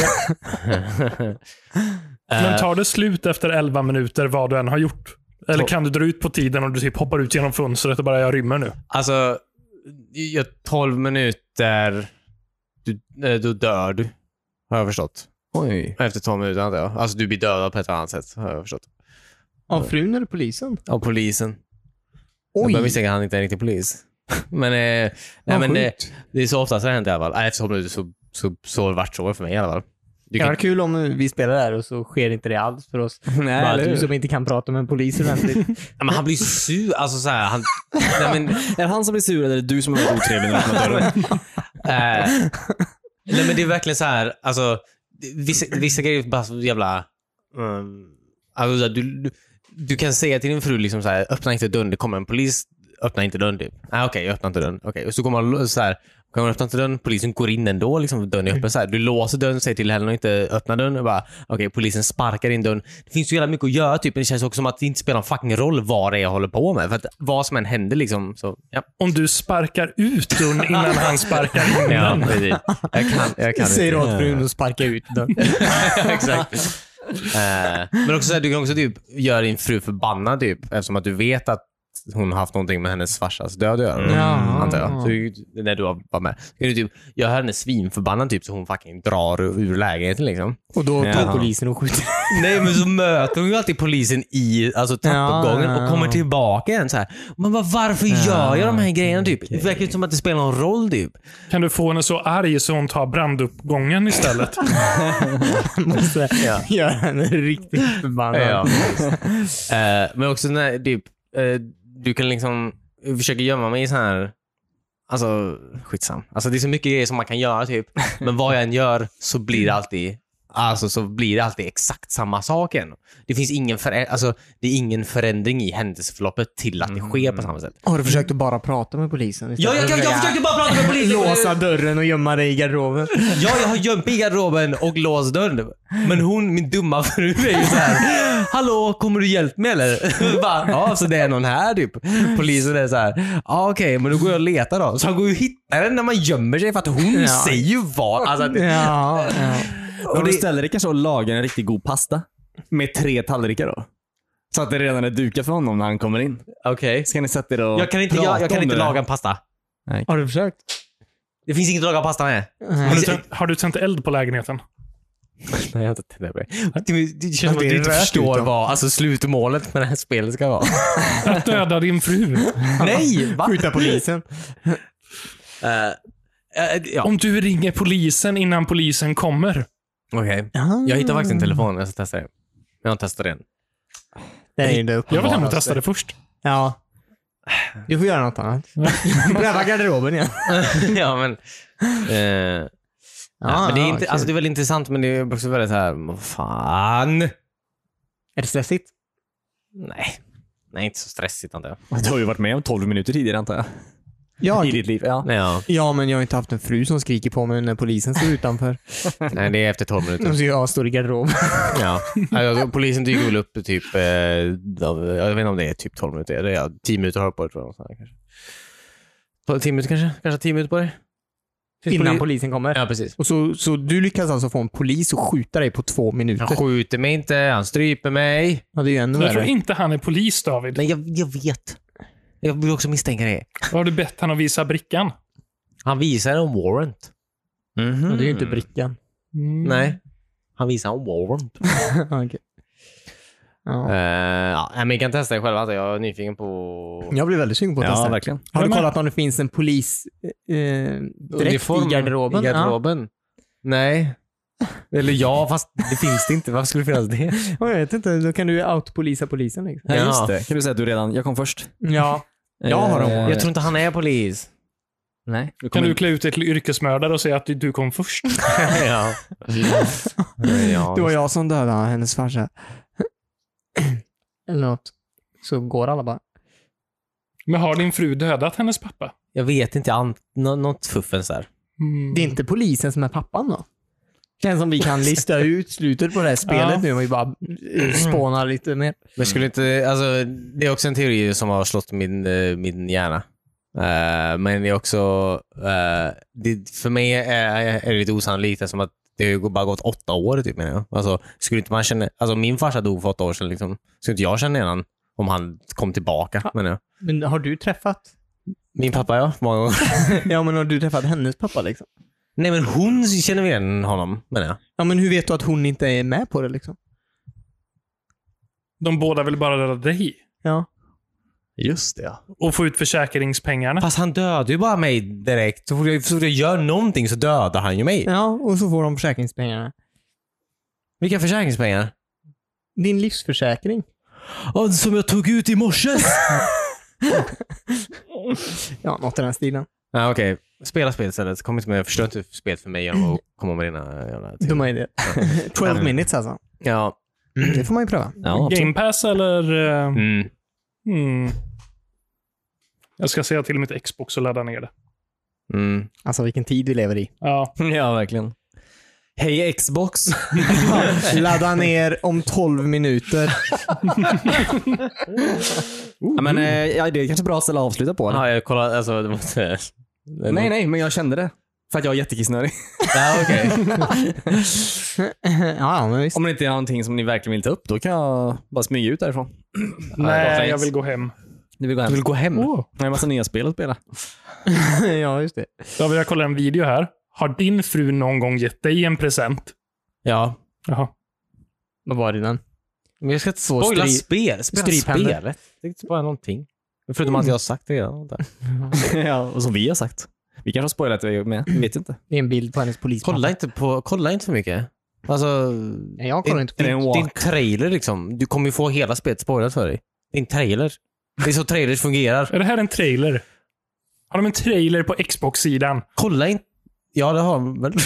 Men tar det slut efter elva minuter vad du än har gjort? Eller kan du dra ut på tiden och du typ hoppar ut genom fönstret och bara, jag rymmer nu? Alltså, jag, tolv minuter... Du, eh, då dör du. Har jag förstått. Oj. Efter tolv minuter, antar jag. Alltså, du blir dödad på ett annat sätt, har jag förstått. Av frun eller polisen? Av polisen. Jag Oj. börjar misstänka att han inte är en riktig polis. men eh, nej, Vad men det, sjukt. det är så ofta så har det hänt i alla fall. Nej, efter tolv minuter så, så, så har det varit så för mig i alla fall. Du Det kan, var kul om vi spelar där och så sker inte det alls för oss. Nej, Bara eller du hur? som inte kan prata med en polis ordentligt. ja, men han blir sur. Alltså så här, han... nej, men, Är det han som blir sur eller är det du som är väldigt otrevlig när du öppnar dörren? Eh, nej, men det är verkligen så här, alltså vissa, vissa grejer är bara så jävla um, alltså, så här, du, du, du kan säga till din fru liksom så här, öppna inte dörren, det kommer en polis. öppna inte dörren typ. Ah, okej, okay, jag öppnar inte dörren. Okej, okay. Och så går man så här, kan man öppna inte dörren, polisen går in ändå liksom, dörren är öppen så här. Du låser dörren, säger till henne att inte öppna dörren och bara, okej, okay, polisen sparkar in dörren. Det finns ju jävla mycket att göra typ, men det känns också som att det inte spelar en fucking roll vad det är jag håller på med, för att vad som än händer liksom, så ja. Om du sparkar ut dörren innan han sparkar in ja, den. precis. Jag kan, jag kan säger inte. åt frun och sparka ut dörren. Exakt. uh, men också så här, du kan också typ göra din fru förbannad typ, eftersom att du vet att hon har haft någonting med hennes farsas död att göra. Ja. Antar jag. Så när du har varit med. Så kan du typ göra henne svinförbannad typ så hon fucking drar ur lägenheten liksom. Och då tar Ja. polisen och skjuter. Nej, men så möter hon ju alltid polisen i alltså trappuppgången Ja, ja, ja. och kommer tillbaka igen så här. Man bara, varför gör jag de här grejerna typ? Det verkar inte som att det spelar någon roll typ. Kan du få henne så arg så hon tar branduppgången istället? Måste Ja. göra henne riktigt förbannad. Ja. uh, men också när typ uh, du kan liksom försöka gömma mig i så här, alltså skitsam. Alltså det är så mycket grejer som man kan göra typ, men vad jag än gör så blir det alltid alltså så blir det alltid exakt samma sak igen. Det finns ingen förä- alltså det är ingen förändring i händelseförloppet till att det sker på samma sätt. Har du försökt att bara prata med polisen? Ja, jag, jag, jag försökte bara prata med polisen. Låsa dörren och gömma dig i garderoben. Ja, jag har gömt mig i garderoben och låst dörren. Men hon, min dumma fru, är ju så här: hallå, kommer du hjälpa mig eller? Bara, ja, så det är någon här typ. Polisen är så här: ja okej, okay, men då går jag och letar då. Så han går ju och hittar den när man gömmer sig för att hon Ja. säger ju vad. Alltså, det, Ja, ja. Och du ställer dig kanske och lagar en riktigt god pasta med tre tallrikar då. Så att det redan är dukat för honom när han kommer in. okej. Ska ni sätta er och Jag kan inte, prata jag, jag kan om inte det? laga en pasta. Har du försökt? Det finns inget att laga pasta med. Har du, tänt, har du tänt eld på lägenheten? Nej, jag har inte tänkt på det. Det, det känns som att det du är inte rökt förstår ut då. vad alltså, slutmålet med det här spelet ska vara. Att döda din fru. Nej, va? Skjuta polisen. Uh, uh, ja. Om du ringer polisen innan polisen kommer. Okej. Jag hittar faktiskt en telefon. Jag ska testa det. Jag har inte testat den. Det är ju det Jag vill hem och uppenbaraste. testa det först. Ja. Du får göra något annat. Pröva garderoben igen. Ja, men... eh, ja, men det är, inte, okej. alltså, det är väldigt intressant, men det är också väldigt så här... Vad fan? Är det stressigt? Nej. Nej, inte så stressigt antar jag. Du har ju varit med om tolv minuter tidigare antar jag. Ja, I ditt liv. Ja. Ja. ja, men jag har inte haft en fru som skriker på mig när polisen står utanför. Nej, det är efter tolv minuter. Så jag står i garderoben. Ja. Alltså, polisen dyker väl upp typ... Eh, jag vet inte om det är typ tolv minuter. Det är tio minuter har jag på det, tror jag. Så här, kanske. tio minuter kanske? Kanske tio minuter på det? Finns Innan poli- polisen kommer. Ja, precis. Och så, så du lyckas alltså få en polis att skjuta dig på två minuter. Han skjuter mig inte, han stryper mig. Ja, det är ju ännu Jag tror värre. inte han är polis, David. Nej, jag, jag vet. Jag vill också misstänka det. Har du bett han att visa brickan? Han visar en warrant. Mhm. Ja, det är ju inte brickan. Mm. Nej. Han visar en warrant. Okej. Ja. Uh, ja, men jag kan testa det själv. Alltså. Jag är nyfiken på... Jag blir väldigt sugen på att Ja, testa. verkligen. Har du Men- kollat om det finns en polis eh, direkt Uniform i garderoben? I garderoben? Nej. Eller ja, fast det finns det inte. Varför skulle det finnas det? Ja. Jag vet inte, då kan du outpolisa polisen. Liksom. Ja, Ja. just det. Kan du säga att du redan... Jag kom först. Ja. Jag har dem. Eh, Jag tror inte han är polis. Nej. Du Kan kommer... du klä ut dig till yrkesmördare och säga att du kom först? Ja. ja. Det var jag som dödade hennes farsa. Eller något. Så går alla bara. Men har din fru dödat hennes pappa? Jag vet inte. An- nå- något fuffens där. Mm. Det är inte polisen som är pappan då? Känns som vi kan lista ut slutet på det här spelet Ja. nu och vi bara eh, spånar lite mer. Men skulle inte, alltså, det är också en teori som har slått min, eh, min hjärna. Eh, men det är också, eh, det, för mig är, är det lite osannolikt eftersom att det har bara gått åtta år typ, menar jag. Alltså, skulle inte man känna, alltså min farsa dog för åtta år sedan liksom. Skulle inte jag känna igen om han kom tillbaka, menar jag. Men har du träffat? Min pappa, ja, många gånger. Ja, men har du träffat hennes pappa liksom? Nej, men hon känner igen honom, menar jag. Ja, men hur vet du att hon inte är med på det liksom? De båda vill bara döda dig. Ja. Just det, ja. Och få ut försäkringspengarna. Fast han dödade ju bara mig direkt. Så fort jag, så fort jag gör någonting så dödar han ju mig. Ja, och så får de försäkringspengarna. Vilka försäkringspengar? Din livsförsäkring. Oh, som jag tog ut i morse. Ja, något i den stilen. Ja, okej. Spela spel istället. Kom inte med. Förstör inte spelet för mig genom att komma med dina jävla... Dumma idé. tolv minutes alltså. Ja. Det får man ju pröva. Ja, Game Pass eller... eh, Mm. Mm. Jag ska säga till mitt Xbox och ladda ner det. Mm. Alltså vilken tid vi lever i. Ja. Ja, verkligen. Hej Xbox. Ladda ner om tolv minuter. ja, men, eh, ja, det är kanske bra att ställa avsluta på. Ja, jag kollar, alltså det måste... Nej, nej, men jag kände det. För att jag är jättekissnödig. Ja, okej. Ja, men visst. Om det inte är någonting som ni verkligen vill ta upp, då kan jag bara smyga ut därifrån. Nej, jag vill gå hem. Du vill gå hem? Du vill gå hem? Oh. Jag har en massa nya spel att spela. Ja, just det. Då vill jag kolla en video här. Har din fru någon gång gett dig en present? Ja. Jaha. Vad var det den? Men jag ska inte Så spoila stry- spel. Spela stryphänder. spelet. Det är inte bara någonting. Förutom att jag har sagt det redan. ja, och som vi har sagt. Vi kanske har spoilat det med. Vi vet inte. Det är en bild på hennes polispapper. Kolla inte, på, kolla inte för mycket. Alltså, Nej, jag kollar inte på det är en din, walk. din trailer liksom. Du kommer ju få hela spelet spoilat för dig. Din trailer. Det är så trailers fungerar. Är det här en trailer? Har de en trailer på Xbox-sidan? Kolla inte. Ja, det har de väl.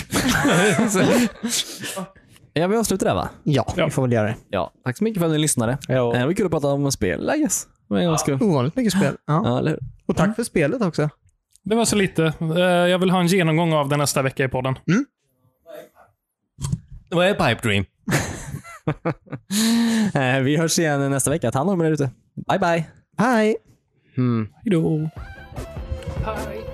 Ja, vi avslutar där va? Ja, Ja. vi får väl göra det. Ja. Tack så mycket för att ni lyssnade. Ja. Det var kul att prata om spel, I guess. Det var en gångs skull. Ovanligt mycket spel. Ja. Ja, eller hur? Och tack för spelet också. Det var så lite. Eh, Jag vill ha en genomgång av det nästa vecka i podden. Vad är Pipe Dream? Eh, vi hörs igen nästa vecka. Ta hand om er ute. Bye bye. Hej! Mm. Hejdå. Hej.